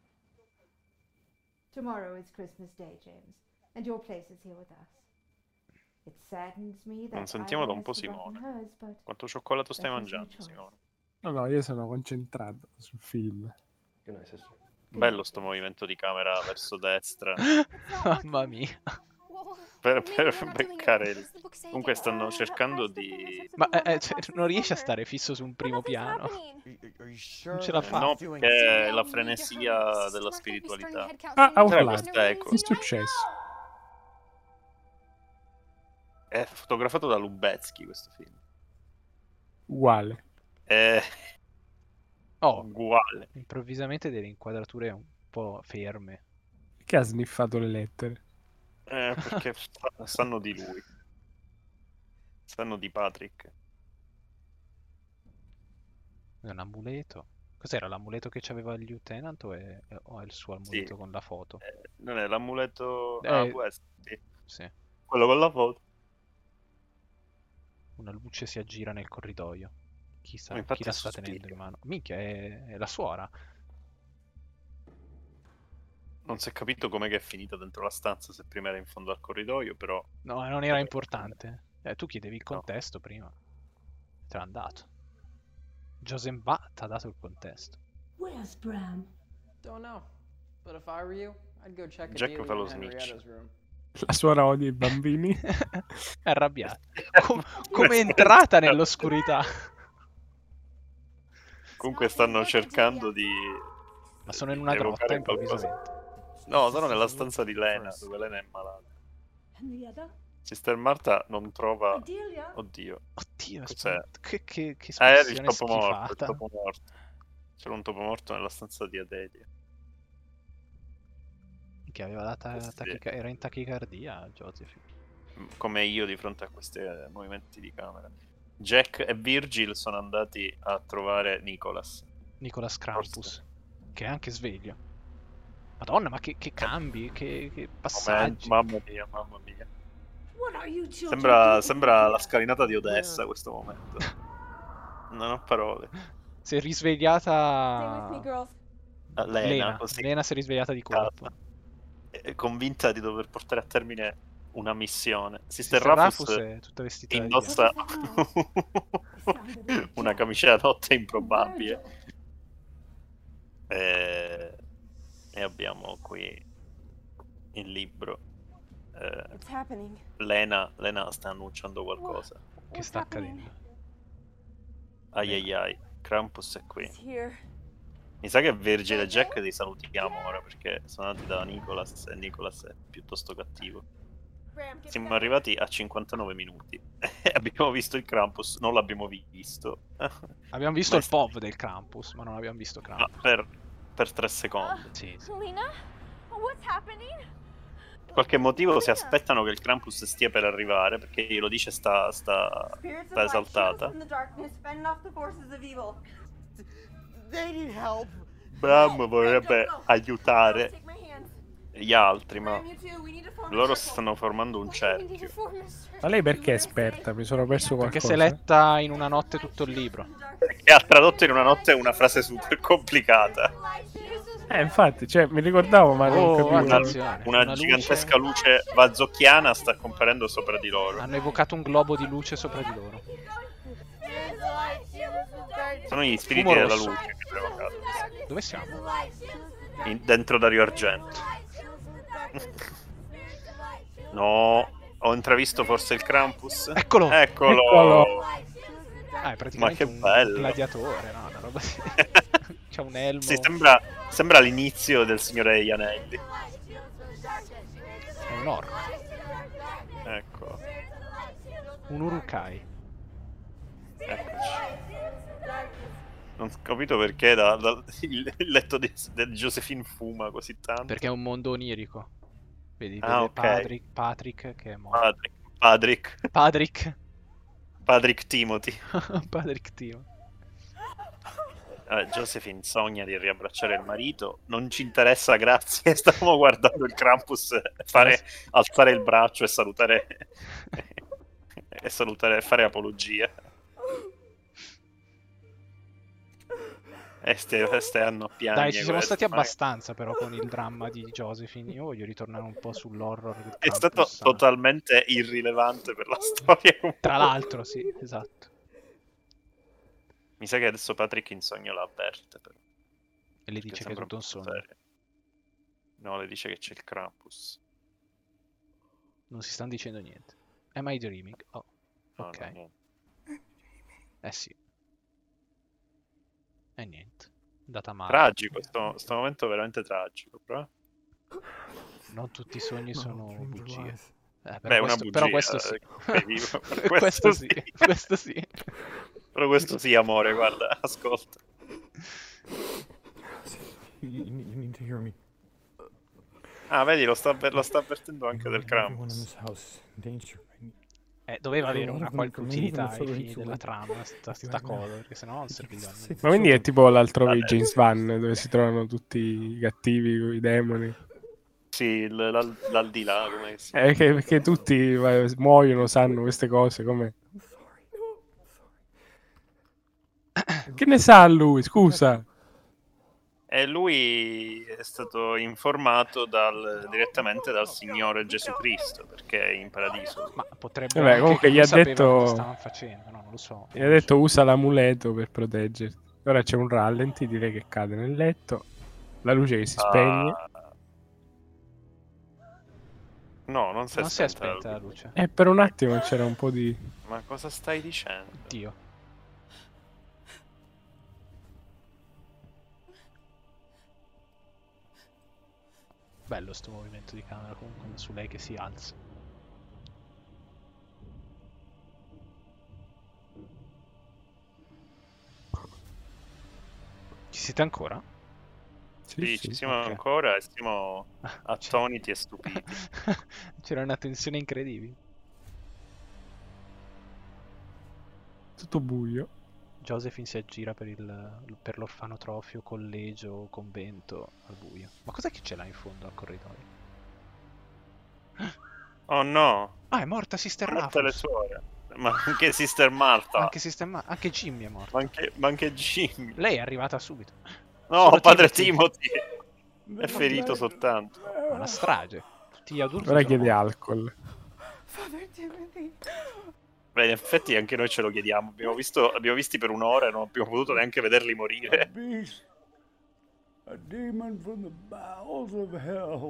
Tomorrow is Christmas Day, James, and your place is here with us. It saddens me that Non sentiamo da un po' Ida has forgotten Simone. hers, but Quanto cioccolato stai that was her mangiando, choice. Simone? No, no, io sono concentrato sul film. Bello sto movimento di camera verso destra. Mamma mia. Per, per beccare il... Comunque stanno cercando di... Ma eh, eh, cioè, non riesce a stare fisso su un primo piano. Non ce la fa. No, perché è la frenesia della spiritualità. Ah, ha Cioè, urlato. questa eco. Che è successo? È fotografato da Lubezki questo film. Uguale. È Oh, uguale. improvvisamente delle inquadrature un po' ferme. Che ha sniffato le lettere? Eh, perché sa- sanno di lui. Sanno di Patrick. È un amuleto. Cos'era l'amuleto che c'aveva il lieutenant o è, o è il suo amuleto Sì. con la foto? Eh, non è l'amuleto... Eh, Ah, può essere, sì. Sì. Quello con la foto. Una luce si aggira nel corridoio. Chi sa, Ma infatti chi la è sta Suspiria. tenendo in mano? Minchia, è, è la suora. Non si è capito com'è che è finita dentro la stanza, se prima era in fondo al corridoio, però... No, non era importante. Eh, tu chiedevi il contesto prima. Te l'ha dato. Josemba ti ha dato il contesto. Where's Bram? Don't know. But if I were you, I'd go check Jack Amelia fa lo and snitch. Henrietta's room. La suora odia i bambini. È arrabbiata. Com- come è entrata nell'oscurità. Comunque stanno cercando di... Ma sono in una di grotta evocare qualcosa. improvvisamente. No, sono nella stanza di Lena, dove Lena è malata. Henrietta? Sister Marta non trova... Adelia? Oddio. Oddio, Cos'è? aspetta, che, che, che Ah, era il espressione topo morto, il schifata. topo morto. C'era un topo morto nella stanza di Adelia. Che aveva la ta- Sì. tachica- era in tachicardia, Josephine. Come io di fronte a questi eh, movimenti di camera. Jack e Virgil sono andati a trovare Nicholas. Nicholas Krampus, che è anche sveglio. Madonna, ma che, che cambi, che, che passaggi. Mamma mia, mamma mia. What are you children Sembra, doing? sembra la scalinata di Odessa questo momento. Non ho parole. Si è risvegliata... Stay with me, girls. Ah, Lena, Lena, così. Lena si è risvegliata di colpo. È convinta di dover portare a termine una missione. Sister, Sister Rafus, Rafus è tutta vestita di indossa una camicia da notte improbabile. E... e abbiamo qui il libro. Eh, What's happening? Lena, Lena sta annunciando qualcosa. Che sta accadendo? Ai ai ai, Krampus è qui. He's here. Mi sa che Virgil e Jack li salutiamo ora perché sono andati da Nicholas e Nicholas è piuttosto cattivo. Siamo arrivati a cinquantanove minuti e abbiamo visto il Krampus, non l'abbiamo visto. Abbiamo visto il P O V del Krampus, ma non abbiamo visto Krampus. No, per, per tre secondi. Sì, sì. Lena? What's happening? Per qualche motivo si aspettano che il Krampus stia per arrivare perché glielo dice sta, sta, Spirits sta of light, shield us esaltata. from the darkness, fend off the forces of evil. They need help. Bram vorrebbe aiutare Take my hands. gli altri, ma Bram, you too. We need to form a loro circle. stanno formando un cerchio. Ma lei perché è esperta? Mi sono perso qualcosa. Perché si è letta in una notte tutto il libro. E ha tradotto in una notte una frase super complicata. Eh, infatti, cioè, mi ricordavo, ma non Oh, capivo. Una, attenzione. una Una gigantesca luce vazocchiana sta comparendo sopra di loro. Hanno evocato un globo di luce sopra di loro. Sono gli spiriti Fumo della rosso. luce che hanno evocato. Dove siamo? In- dentro Dario Argento. No, ho intravisto forse il Krampus. Eccolo! Eccolo! Eccolo! Ah, è praticamente Ma che un bello. gladiatore, no? Una roba sì. C'ha un elmo. Sì, sembra, sembra l'inizio del Signore degli Anelli. È un orco. Ecco, Un urukai. eccoci. Non ho capito perché da- da- il, il letto di, di Josephine fuma così tanto. Perché è un mondo onirico. Vedi, Ah, vede ok. Patrick, Patrick che è morto. Patrick. Patrick. Patrick. Patrick Timothy. Patrick Timo. Eh, Josephine sogna di riabbracciare il marito. Non ci interessa, grazie. Stavamo guardando il Krampus fare, alzare il braccio e salutare e salutare e fare apologia. E ste, ste hanno piani. Dai, ci siamo queste, stati ma- abbastanza però con il dramma di Josephine. Io voglio ritornare un po' sull'horror del È stato Krampus. totalmente irrilevante per la storia. Tra l'altro, sì, esatto. Mi sa che adesso Patrick in sogno la avverte, però. E le Perché dice che è sembra tutto un po' sogno. serio. No, le dice che c'è il Krampus. Non si stanno dicendo niente. Am I dreaming? Oh, No, ok. no, niente. Eh sì. E niente. Data male. Tragico, sto, sto momento veramente tragico, però. Non tutti i sogni sono bugie. Eh, Beh, però, una questo, bugia, però questo sì. eh, sei vivo. questo, Questo sì. sì. Questo sì. Però questo sì, amore, guarda, ascolta. You, you need you need to hear me. Ah, vedi, lo sta, avver- lo sta avvertendo anche del Everyone in Krampus. this house in danger. Eh, doveva There are avere a lot una of them qualche remaining utilità from the ai fini Federation della League. trama, sta, sta cosa, perché sennò non serviva a niente. Ma quindi è tipo l'altro di Vabbè. James Van, dove si trovano tutti i cattivi, i demoni. Sì, il- l'al- l'aldilà, come si chiama? Eh, che, perché tutti eh, muoiono, sanno queste cose, come... Che ne sa lui, scusa? E lui è stato informato dal- direttamente dal Signore Gesù Cristo, perché è in paradiso. Ma potrebbe Vabbè, anche comunque che gli lui ha sapeva detto- cosa stavano facendo, no, non lo so. Gli ha detto usa l'amuleto per proteggerti. Ora c'è un rallenti, direi che cade nel letto. La luce che si spegne. Ah. No, non si è Non si è spenta spenta la la luce. E per un attimo c'era un po' di... Ma cosa stai dicendo? Dio. Bello sto movimento di camera comunque su lei che si alza. siete ancora? Sì, Sì, ci sì, siamo ok. ancora e siamo attoniti e stupiti. C'era una tensione incredibile. Tutto buio. Josephine si aggira per, il, per l'orfanotrofio, collegio, convento, al buio. Ma cos'è che ce l'ha in fondo al corridoio? Oh no! Ah, è morta Sister Morte le Rafus. suore. Ma anche Sister Martha. Anche, Sister Ma- anche Jimmy è morto. Ma anche, ma anche Jimmy. Lei è arrivata subito. No, Solo padre Timothy. Timothy è ferito soltanto. Una strage. Tutti gli adulti Ora sono chiede morti. alcol. Father Timothy. Beh, in effetti anche noi ce lo chiediamo. Abbiamo visto, abbiamo visti per un'ora e non abbiamo potuto neanche vederli morire. Beast. A demon from the bowels of hell.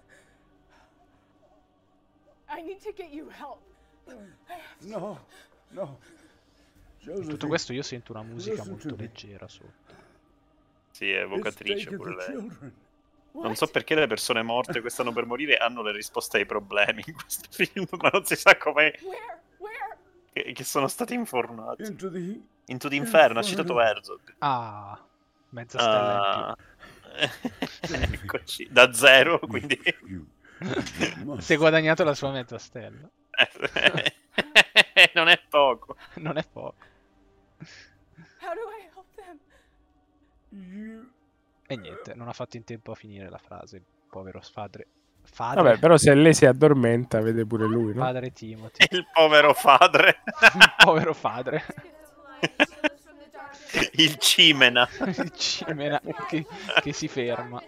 I need to get you help. No, no. In tutto questo io sento una musica molto leggera sotto. Sì, è evocatrice pure lei. Non so perché le persone morte che stanno per morire hanno le risposte ai problemi in questo film, ma non si sa come che, che sono stati infornati. Into the, Into the Inferno, ha citato Herzog. Ah, mezza stella Ah, eccoci, da zero, quindi si è guadagnato la sua mezza stella. non è poco. Non è poco. How do I help them? You... E niente, non ha fatto in tempo a finire la frase. Povero padre. Padre. Vabbè, però se lei si addormenta, vede pure lui, no? Padre Timothy. Il povero padre. Il povero padre. Il cimena. Il cimena che, che si ferma.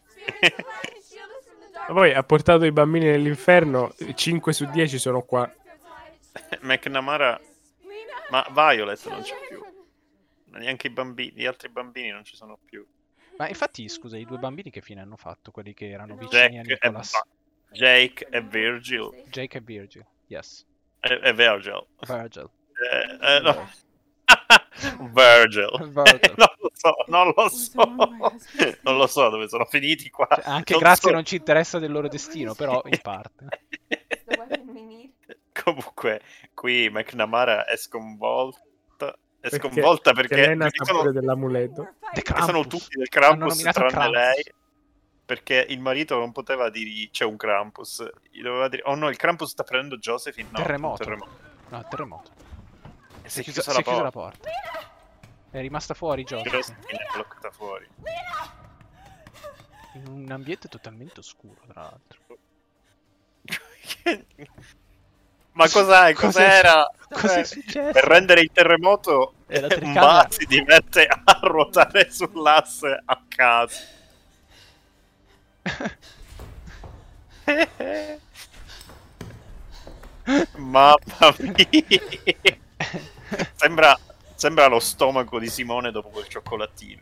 Ma poi ha portato i bambini nell'inferno, cinque su dieci sono qua. McNamara. Ma Violet non c'è più. Neanche i bambini, gli altri bambini non ci sono più. Ma infatti, scusa, i due bambini che fine hanno fatto? Quelli che erano vicini Jack a e, Nicholas? Va- Jake e Virgil. Jake e Virgil, yes. E, e Virgil. Virgil. Eh, eh, no. Virgil. Virgil. non lo so, non lo so. Non lo so dove sono finiti qua. Cioè, anche non grazie so. non ci interessa del loro destino, però in parte. Comunque, qui McNamara è sconvolta. È Perché sconvolta perché Elena perché sa sono, pure dell'amuleto. perché sono tutti del Hanno Krampus nominato tranne Krampus. lei. Perché il marito non poteva dirgli c'è un Krampus. Gli doveva dire, oh no, il Krampus sta prendendo Josephine. No, Terremoto. un terremoto. No, terremoto. E Si è si è chiusa, chiusa si è la chiusa la porta. porta. È rimasta fuori Josephine. Josephine è bloccata fuori. In un ambiente totalmente oscuro, tra l'altro. Ma cos'è? Cos'era? Cos'è Eh, successo? Per rendere il terremoto, E la un telecamera- bar si diverte a ruotare sull'asse a caso. Mamma mia. Sembra, sembra lo stomaco di Simone dopo quel cioccolatino.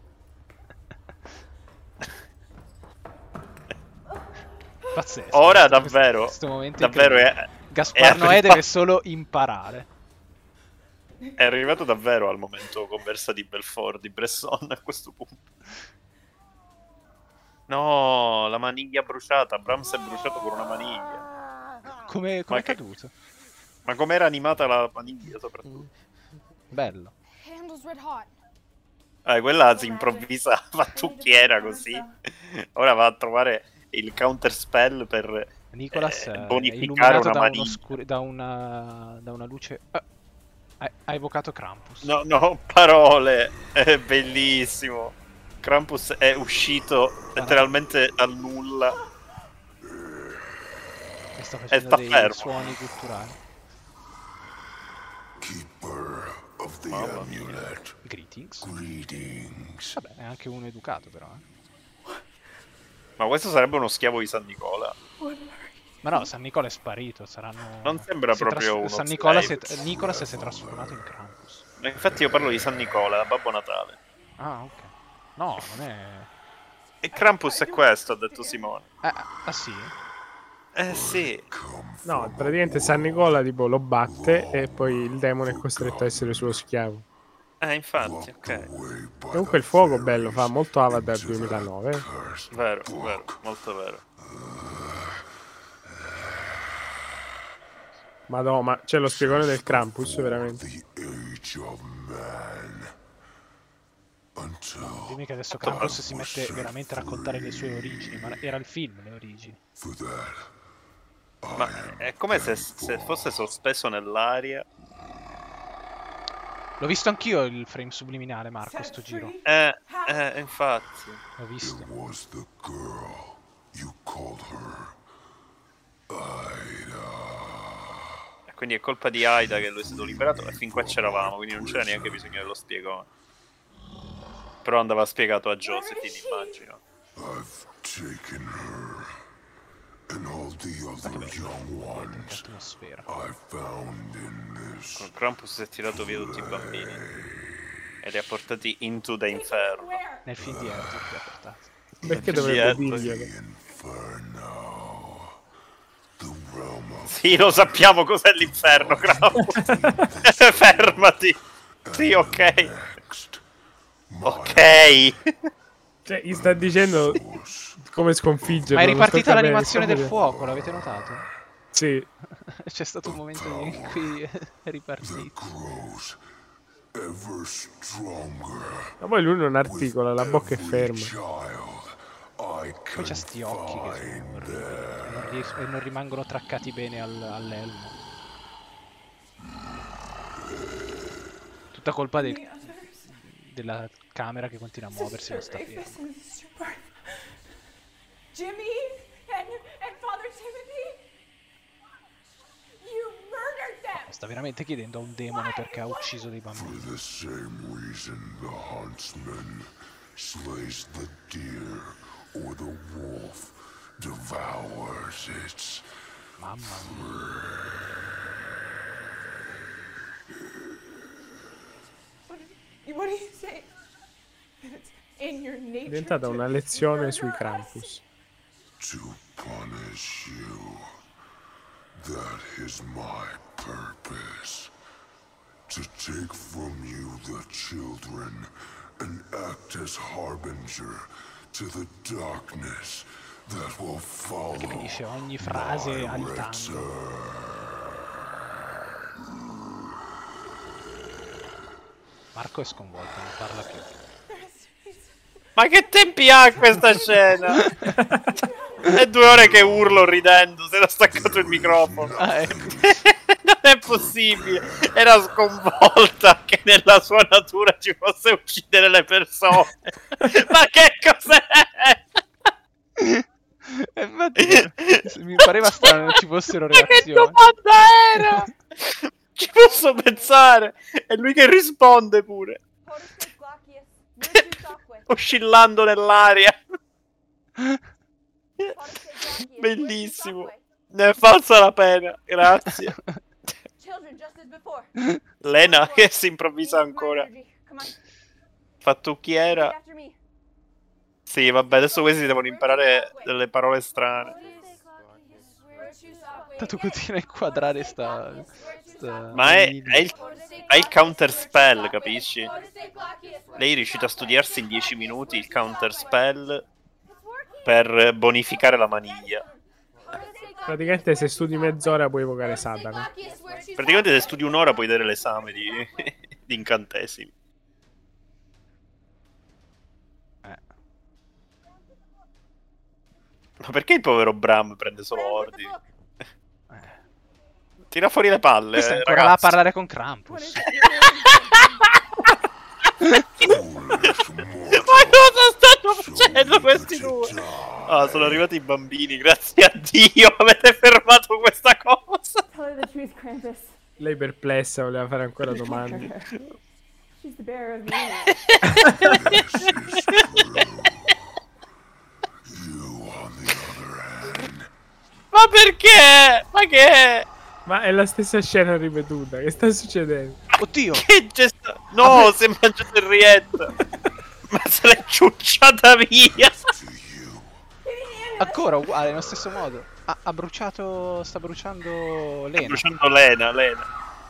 Pazzesco. Ora questo- davvero, questo momento davvero è, incredibile. è Gaspar Noè arrivato- deve solo imparare. È arrivato davvero al momento conversa di Belfort, di Bresson a questo punto. No, la maniglia bruciata. Brahms è bruciato con una maniglia. Come come Ma è che- caduto? Ma com'era animata la maniglia soprattutto? Bello. Handles red hot. Eh, quella si improvvisa fattucchiera così. Ora va a trovare il counter spell per Nicholas eh, è bonificare illuminato una da, maniglia. uno scuri- da, una, da una luce. Ah, ha, ha evocato Krampus. No, no, parole. È bellissimo. Krampus è uscito letteralmente dal nulla. E sta E facendo sta dei fermo. suoni culturali. Keeper of the Mamma mia. amulet. Greetings. Greetings. Vabbè, è anche uno educato, però. Eh. Ma questo sarebbe uno schiavo di San Nicola. Ma no, San Nicola è sparito. Saranno. Non sembra si è proprio uno San Nicola si è... slave. Nicolas si è trasformato in Krampus. Ma infatti io parlo di San Nicola, Babbo Natale. Ah, ok. No, non è. E Krampus è questo, ha detto Simone. Ah, ah sì? Eh sì. No, praticamente San Nicola tipo lo batte e poi il demone è costretto a essere suo schiavo. Eh, infatti, ok. Comunque il fuoco bello, fa molto Avatar duemilanove. Vero, vero, molto vero. Madonna, ma c'è lo spiegone del Krampus veramente. Age of man. Until No, dimmi che adesso Krampus si mette veramente a raccontare le sue origini, ma era il film, le origini. Ma è come se, se fosse sospeso nell'aria. L'ho visto anch'io il frame subliminale, Marco, sto giro. Eh, eh, infatti. L'ho visto. Was the girl you called her Aida. Quindi è colpa di Aida che lui è stato liberato e fin qua c'eravamo, quindi non c'era neanche bisogno dello spiegone. Però andava spiegato a Josephine, immagino. I've taken her and all the other young ones I found in this. Con Krampus si è tirato via tutti i bambini e li ha portati into the inferno. Nel film di Edward li ha portati. Perché dovrebbe dirglielo? Sì, lo sappiamo cos'è l'inferno, Krampus. Fermati. Sì, ok. Ok. Cioè, gli sta dicendo come sconfiggerlo. Ma è ripartita non l'animazione del bene. fuoco, l'avete notato? Sì. C'è stato un momento in cui è ripartito. Ma poi lui non articola, la bocca è ferma. Poi c'ha sti occhi che sono orribili e non, ries- e non rimangono traccati bene al- all'elmo. Tutta colpa del- della camera che continua a muoversi e non sta ferma. Jimmy and, and Father Timothy, you murdered them. Sta veramente chiedendo a un demone perché ha ucciso dei bambini. For the same reason the huntsman slays the deer or the wolf devours its Mamma What do you say? That it's in your È nature diventata to una lezione murder sui us? Krampus. to punish you. That is my purpose. To take from you the children and act as harbinger to the darkness that will follow. Finisce ogni frase alitando. Marco è sconvolto, non parla più. Ma che tempi ha questa scena? È due ore che urlo ridendo, se l'ha staccato il microfono. Ah, ecco. Non è possibile. Era sconvolta che nella sua natura ci fosse uccidere le persone. Ma che cos'è? E infatti mi pareva strano che ci fossero Ma che reazioni. domanda era? Ci posso pensare? È lui che risponde pure. Oscillando nell'aria. Bellissimo. Ne è falsa la pena. Grazie. Lena che si improvvisa ancora. Fattucchiera. Sì, vabbè, adesso questi devono imparare delle parole strane. Tanto continua a inquadrare sta... sta... Ma è, è il, è il counter spell, capisci? Lei è riuscita a studiarsi in dieci minuti il counter spell per bonificare la maniglia. Praticamente se studi mezz'ora puoi evocare Satana. Praticamente se studi un'ora puoi dare l'esame di, di incantesimi. Ma perché il povero Bram prende solo ordini? Tira fuori le palle, Questa è ancora ragazzi. là a parlare con Krampus. Ma cosa stanno facendo questi due? Ah, sono arrivati i bambini, grazie a Dio avete fermato questa cosa. Tell her the truth, Krampus. Lei perplessa, voleva fare ancora domande. She's the bearer of the Ma perché? Ma che è? Ma è la stessa scena ripetuta, che sta succedendo? Oddio! Che gesta... No, ah, si è mangiato il rietto. Ma se l'è ciucciata via. Ancora uguale, nello stesso modo. Ha, ha bruciato... sta bruciando Lena. Sta bruciando Lena, Lena.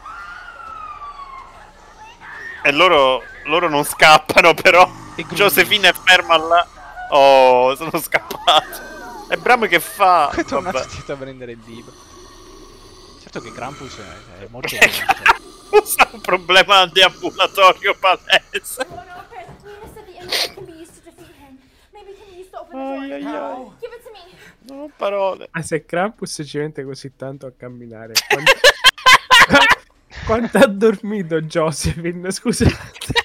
E loro... loro non scappano però. Josephine è ferma là. Oh, sono scappati. E Bram che fa? È tornato a prendere il libro. Certo che Krampus è, è molto veloce. Usa un problema deambulatorio palese. Ai, ai, ai. Give it to me. Non ho parole. Ma se Krampus ci mette così tanto a camminare, quanto, quanto ha dormito Josephine, scusate.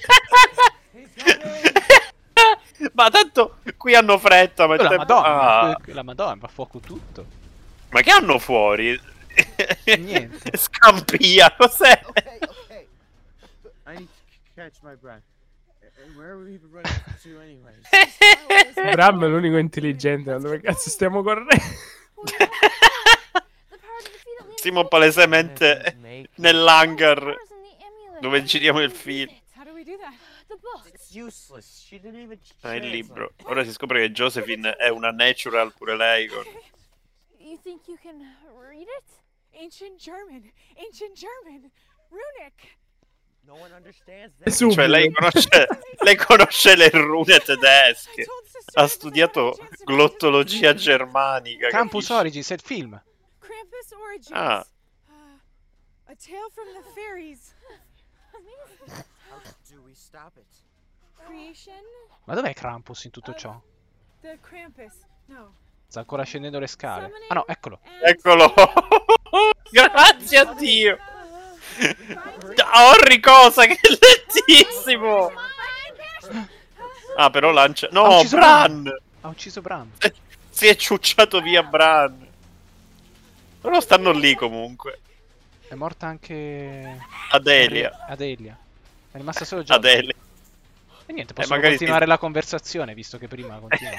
Ma tanto qui hanno fretta. Oh, la mette- Madonna, Ah. la Madonna, va a fuoco tutto. Ma che hanno fuori? Niente. Scampia, cos'è? Okay, okay. I need to catch my breath. And where are we even running to anyways? Bram è l'unico intelligente, ma dove cazzo stiamo correndo? Siamo palesemente nell'hangar dove giriamo il film. How do we do that? The book. It's useless. She didn't even Ah, il translate. libro. Ora si scopre che Josephine è una natural pure lei. Con... You think you can read it? Ancient German. Ancient German. Runic. No one understands E that. subito. Cioè lei conosce, lei conosce le rune tedesche. Ha studiato glottologia germanica. Campus capisci? Origins è il film. Krampus Origins. Ah. Uh, a tale from the fairies. How do we stop it? Creation. Ma dov'è Krampus in tutto ciò? The Krampus. No. Sta ancora scendendo le scale. Ah no, eccolo. Eccolo. Grazie a Dio. Orri cosa, che lentissimo. Ah, però lancia... Ha No, ucciso Bran. Ha ucciso Bran. Si è ciucciato via Bran. Però stanno lì comunque. È morta anche... Adelia. Adelia. È rimasta solo Giorgio. Adelia. E niente, possono magari continuare si- la conversazione, visto che prima continua.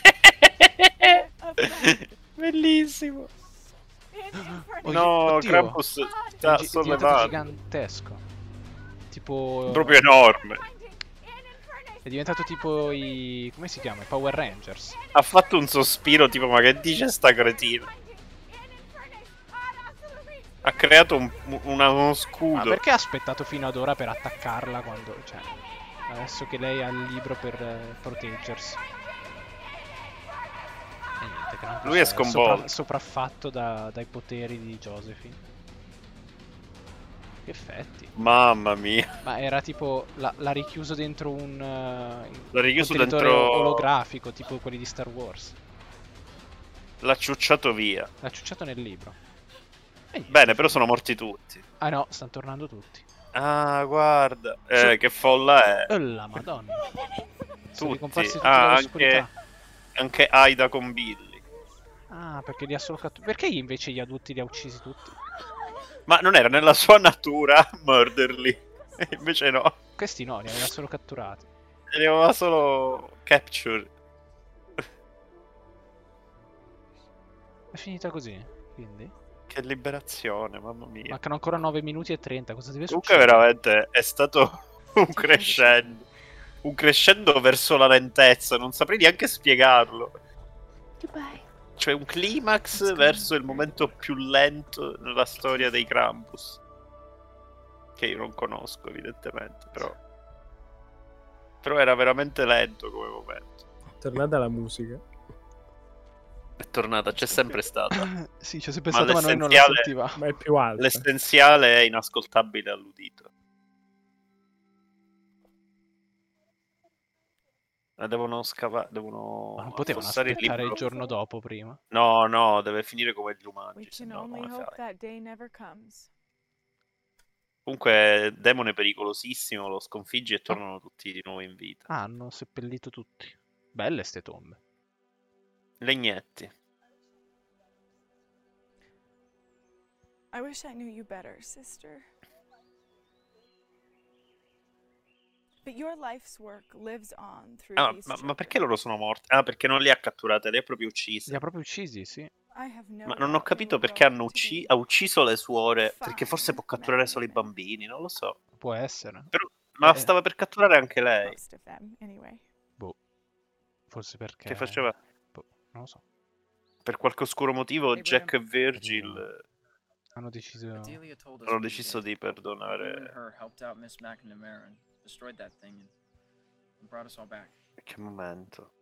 Bellissimo. Oh, No, oddio. Krampus È sta gi- è diventato sollevando. gigantesco. Tipo... Proprio enorme. È diventato tipo i... come si chiama? I Power Rangers. Ha fatto un sospiro tipo, ma che dice sta cretina? Ha creato un, una- uno Ma scudo. perché ha aspettato fino ad ora per attaccarla quando... cioè... adesso che lei ha il libro per eh, proteggersi. E niente, Krampus Lui è sconvolto. sopra- sopraffatto da- dai poteri di Josephine. Che effetti. Mamma mia. Ma era tipo... l'ha, l'ha richiuso dentro un... uh, L'ha richiuso contenitore dentro- olografico, tipo quelli di Star Wars. L'ha ciucciato via. L'ha ciucciato nel libro. Bene, però sono morti tutti. Ah no, stanno tornando tutti. Ah, guarda. Eh, che folla è. Oh la madonna. Sono ricomparsi Tutti. tutti Ah, dalla anche, oscurità. anche Aida con Billy. Ah, perché li ha solo catturati. Perché invece gli adulti li ha uccisi tutti? Ma non era nella sua natura murderli. Invece no. Questi no, li aveva solo catturati. Li aveva solo capture. È finita così, quindi. Che liberazione, mamma mia. Mancano ancora nove minuti e trenta, cosa deve Comunque succedere? veramente è stato un crescendo. Un crescendo verso la lentezza, non saprei neanche spiegarlo. Goodbye. Cioè un climax verso il momento più lento nella storia dei Krampus. Che io non conosco evidentemente, però... Però era veramente lento come momento. Tornata la musica. È tornata, c'è sempre stata. Sì, c'è sempre Ma stata, ma noi non la l'essenziale- sentivamo. Ma è più alta. L'essenziale è inascoltabile all'udito. La devono scavare, devono Ma non potevano affossare il aspettare il libro. giorno dopo prima. No, no, deve finire come gli We umani. se can no only come hope fai? that day never comes. Comunque, demone pericolosissimo, lo sconfiggi e tornano tutti di nuovo in vita. Ah, hanno seppellito tutti. Belle ste tombe. Legnetti. I wish I knew you better, sister. But your life's work lives on through Ah, these ma, ma children. perché loro sono morti? Ah, perché non li ha catturate, li ha proprio uccise. Li ha proprio uccisi, sì. I have no Ma non ho doubt capito you will perché grow hanno up to ucci- be ha ucciso le suore. Perché forse può catturare solo i bambini, non lo so. Può essere. Però, ma Eh. stava per catturare anche lei. most of them anyway. Boh. Forse perché... Che faceva? Boh, non lo so. Per qualche oscuro motivo Jack e Virgil Hanno deciso... Adelia told us hanno what he deciso did. di You and perdonare. her helped out Miss McNamara and destroyed that thing and, and brought us all back. Che momento.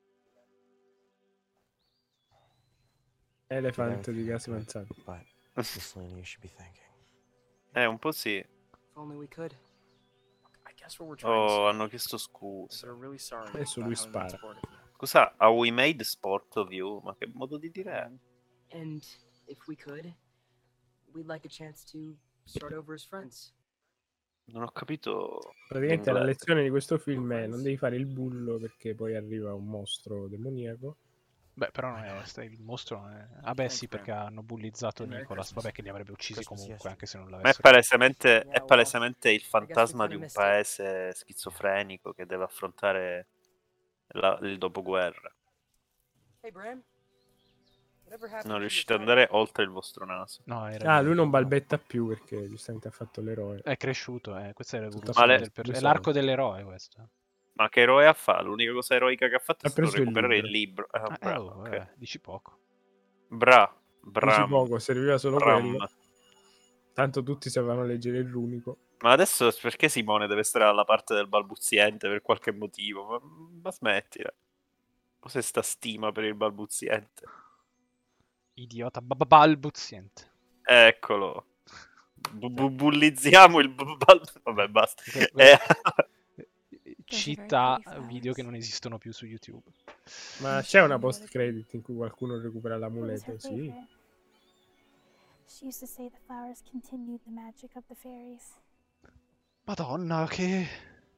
Elefante di Gas Manzano. But Miss Lena, you should be thanking. Eh, un po' sì. If only we could. I guess what we're trying to Oh, say hanno chiesto is scusa. they're really sorry Adesso about lui how we spara. transported you. Scusa, how we made sport of you? Ma che modo di dire è? And if we could, we'd like a chance to start over as friends. Non ho capito. Praticamente la l'inglese. lezione di questo film è non devi fare il bullo perché poi arriva un mostro demoniaco. Beh, però non è, sta- il mostro non è... Ah beh sì, perché hanno bullizzato Nicholas, vabbè che li avrebbe uccisi comunque, anche se non Ma è l'avessero... palesemente, è palesemente il fantasma di un paese schizofrenico che deve affrontare la- il dopoguerra. Hey, Bram. Whatever happened Non to riuscite your ad andare oltre il vostro naso. No, era Ah, lui non balbetta più perché giustamente ha fatto l'eroe. È cresciuto, eh. Questa è Tutta l'evoluzione Male- del per- lui È sa- l'arco dell'eroe questo. Ma che eroe ha fatto? L'unica cosa eroica che ha fatto è Ha stato preso il recuperare il libro. libro. Ah, Ah, eh, bravo, oh, ok. vabbè, dici poco. Bra, Dici Bram, poco, serviva solo Bram. quello. Tanto tutti sapevano leggere il runico. Ma adesso perché Simone deve stare dalla parte del balbuziente per qualche motivo? Ma, ma smettila. Cos'è sta stima per il balbuziente? Idiota ba- ba- balbuziente. Eccolo. Bu- bu- bullizziamo il bu- bal- Vabbè, basta. Que- Eh, Città video che non esistono più su YouTube. Ma c'è una post credit in cui qualcuno recupera What was l'amuleto? her Sì. favorite? She used to say the flowers continued the magic of the fairies. Madonna, che...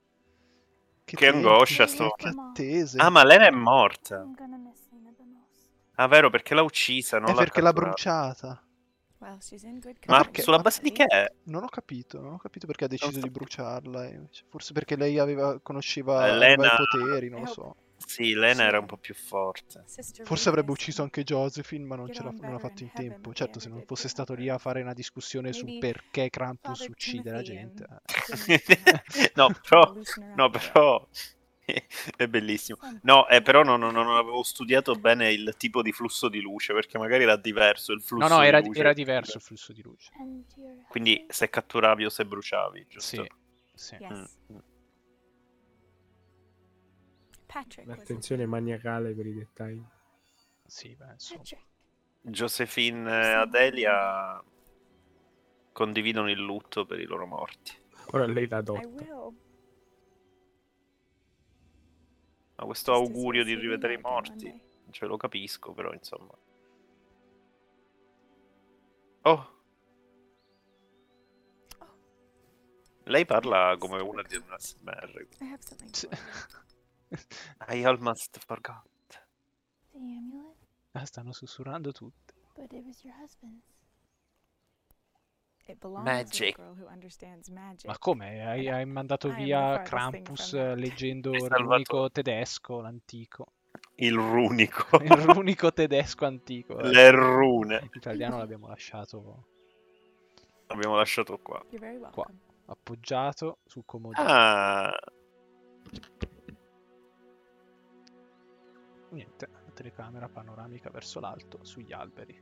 Che tempi, angoscia che- sto- Che attese. Ah, ma Lena è morta. I'm gonna miss Lena the most. Ah, vero, perché l'ha uccisa, non È l'ha perché l'ha catturata. bruciata. Well, she's in good Ma company. sulla base di che? Non ho capito, non ho capito perché ha deciso so- di bruciarla. eh. Forse perché lei aveva, conosceva Eh, aveva Lena- i poteri, non lo so. Sì, Lena era un po' più forte. Forse avrebbe ucciso anche Josephine, ma non, ce l'ha, non l'ha fatto in tempo. Certo, se non fosse stato lì a fare una discussione su perché Krampus uccide la gente. eh. No, però, no, però è bellissimo. No, eh, però non, non- non avevo studiato bene il tipo di flusso di luce, perché magari era diverso il flusso No, no, di era, luce. era diverso il flusso di luce. And your Quindi se catturavi o se bruciavi, giusto? Sì, sì. Yes. Mm. Patrick was Un'attenzione maniacale per i dettagli. Sì, beh, insomma. Josephine e Adelia condividono il lutto per i loro morti. Ora lei l'ha I adotta. will. Ma questo Just as augurio we'll di see rivedere i Remo again morti, one day. cioè lo capisco, però insomma. Oh! Lei parla come una di un A S M R. I have something Sì. for you. I almost forgot. the amulet, Ah, stanno sussurrando tutti. but it was your husband's. It belongs to Magic. a girl who understands magic. Ma come? Hai, hai mandato I am the via farthest thing Krampus from that. eh, leggendo Hai il salvato- runico tedesco, l'antico. Il runico. Il runico tedesco antico. eh. Le rune. L'italiano l'abbiamo lasciato L'abbiamo lasciato qua. You're very welcome. qua, appoggiato sul comodino. Ah, Niente, la telecamera panoramica verso l'alto, sugli alberi.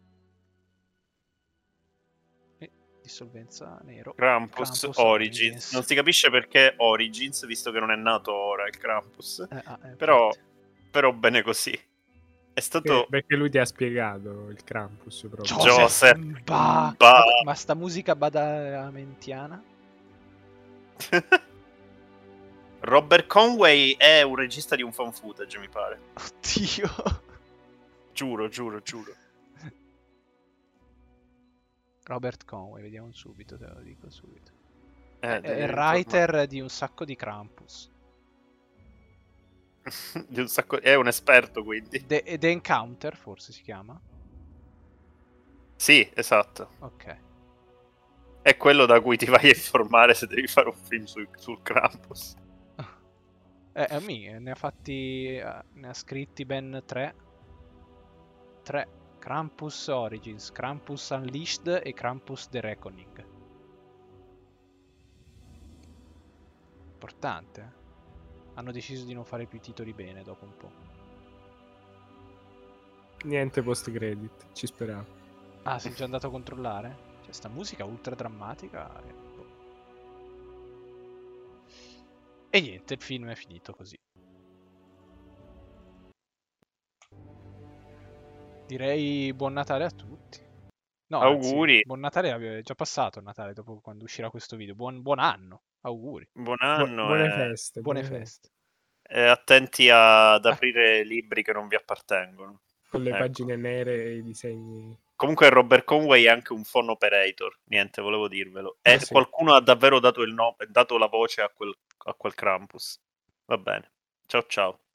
E dissolvenza nero. Krampus, Krampus Origins. Non si capisce perché Origins, visto che non è nato ora il Krampus. Eh, ah, eh, Però, infatti. però bene così. È stato... Eh, Perché lui ti ha spiegato il Krampus proprio. Joseph Joseph Ba- Ba- Vabbè, ma sta musica badalamentiana? Robert Conway è un regista di un fan footage, mi pare. Oddio. Giuro, giuro, giuro. Robert Conway, vediamo subito, te lo dico subito. Eh, È devi il writer di un sacco di Krampus. informare- di un sacco... È un esperto, quindi. The, The Encounter, forse si chiama? Sì, esatto. Ok. È quello da cui ti vai a informare se devi fare un film sul, sul Krampus. Eh, eh, mi, ne ha fatti, eh, ne ha scritti ben tre. Tre. Krampus Origins, Krampus Unleashed e Krampus The Reckoning. Importante. eh. Hanno deciso di non fare più titoli bene dopo un po'. Niente post credit, ci speravo. Ah, sei già andato a controllare? Cioè, sta musica ultra drammatica. eh, boh. E niente, il film è finito così. Direi buon Natale a tutti. No, anzi, Auguri. buon Natale, è già passato il Natale dopo quando uscirà questo video. Buon, buon anno, auguri. Buon Bu- anno. buone eh. feste. Buone feste. E attenti ad aprire libri che non vi appartengono. Con le Ecco. pagine nere e i disegni. Comunque Robert Conway è anche un phone operator, niente, volevo dirvelo. E Ah, sì. qualcuno ha davvero dato, il no- dato la voce a quel, a quel Krampus. Va bene. Ciao ciao.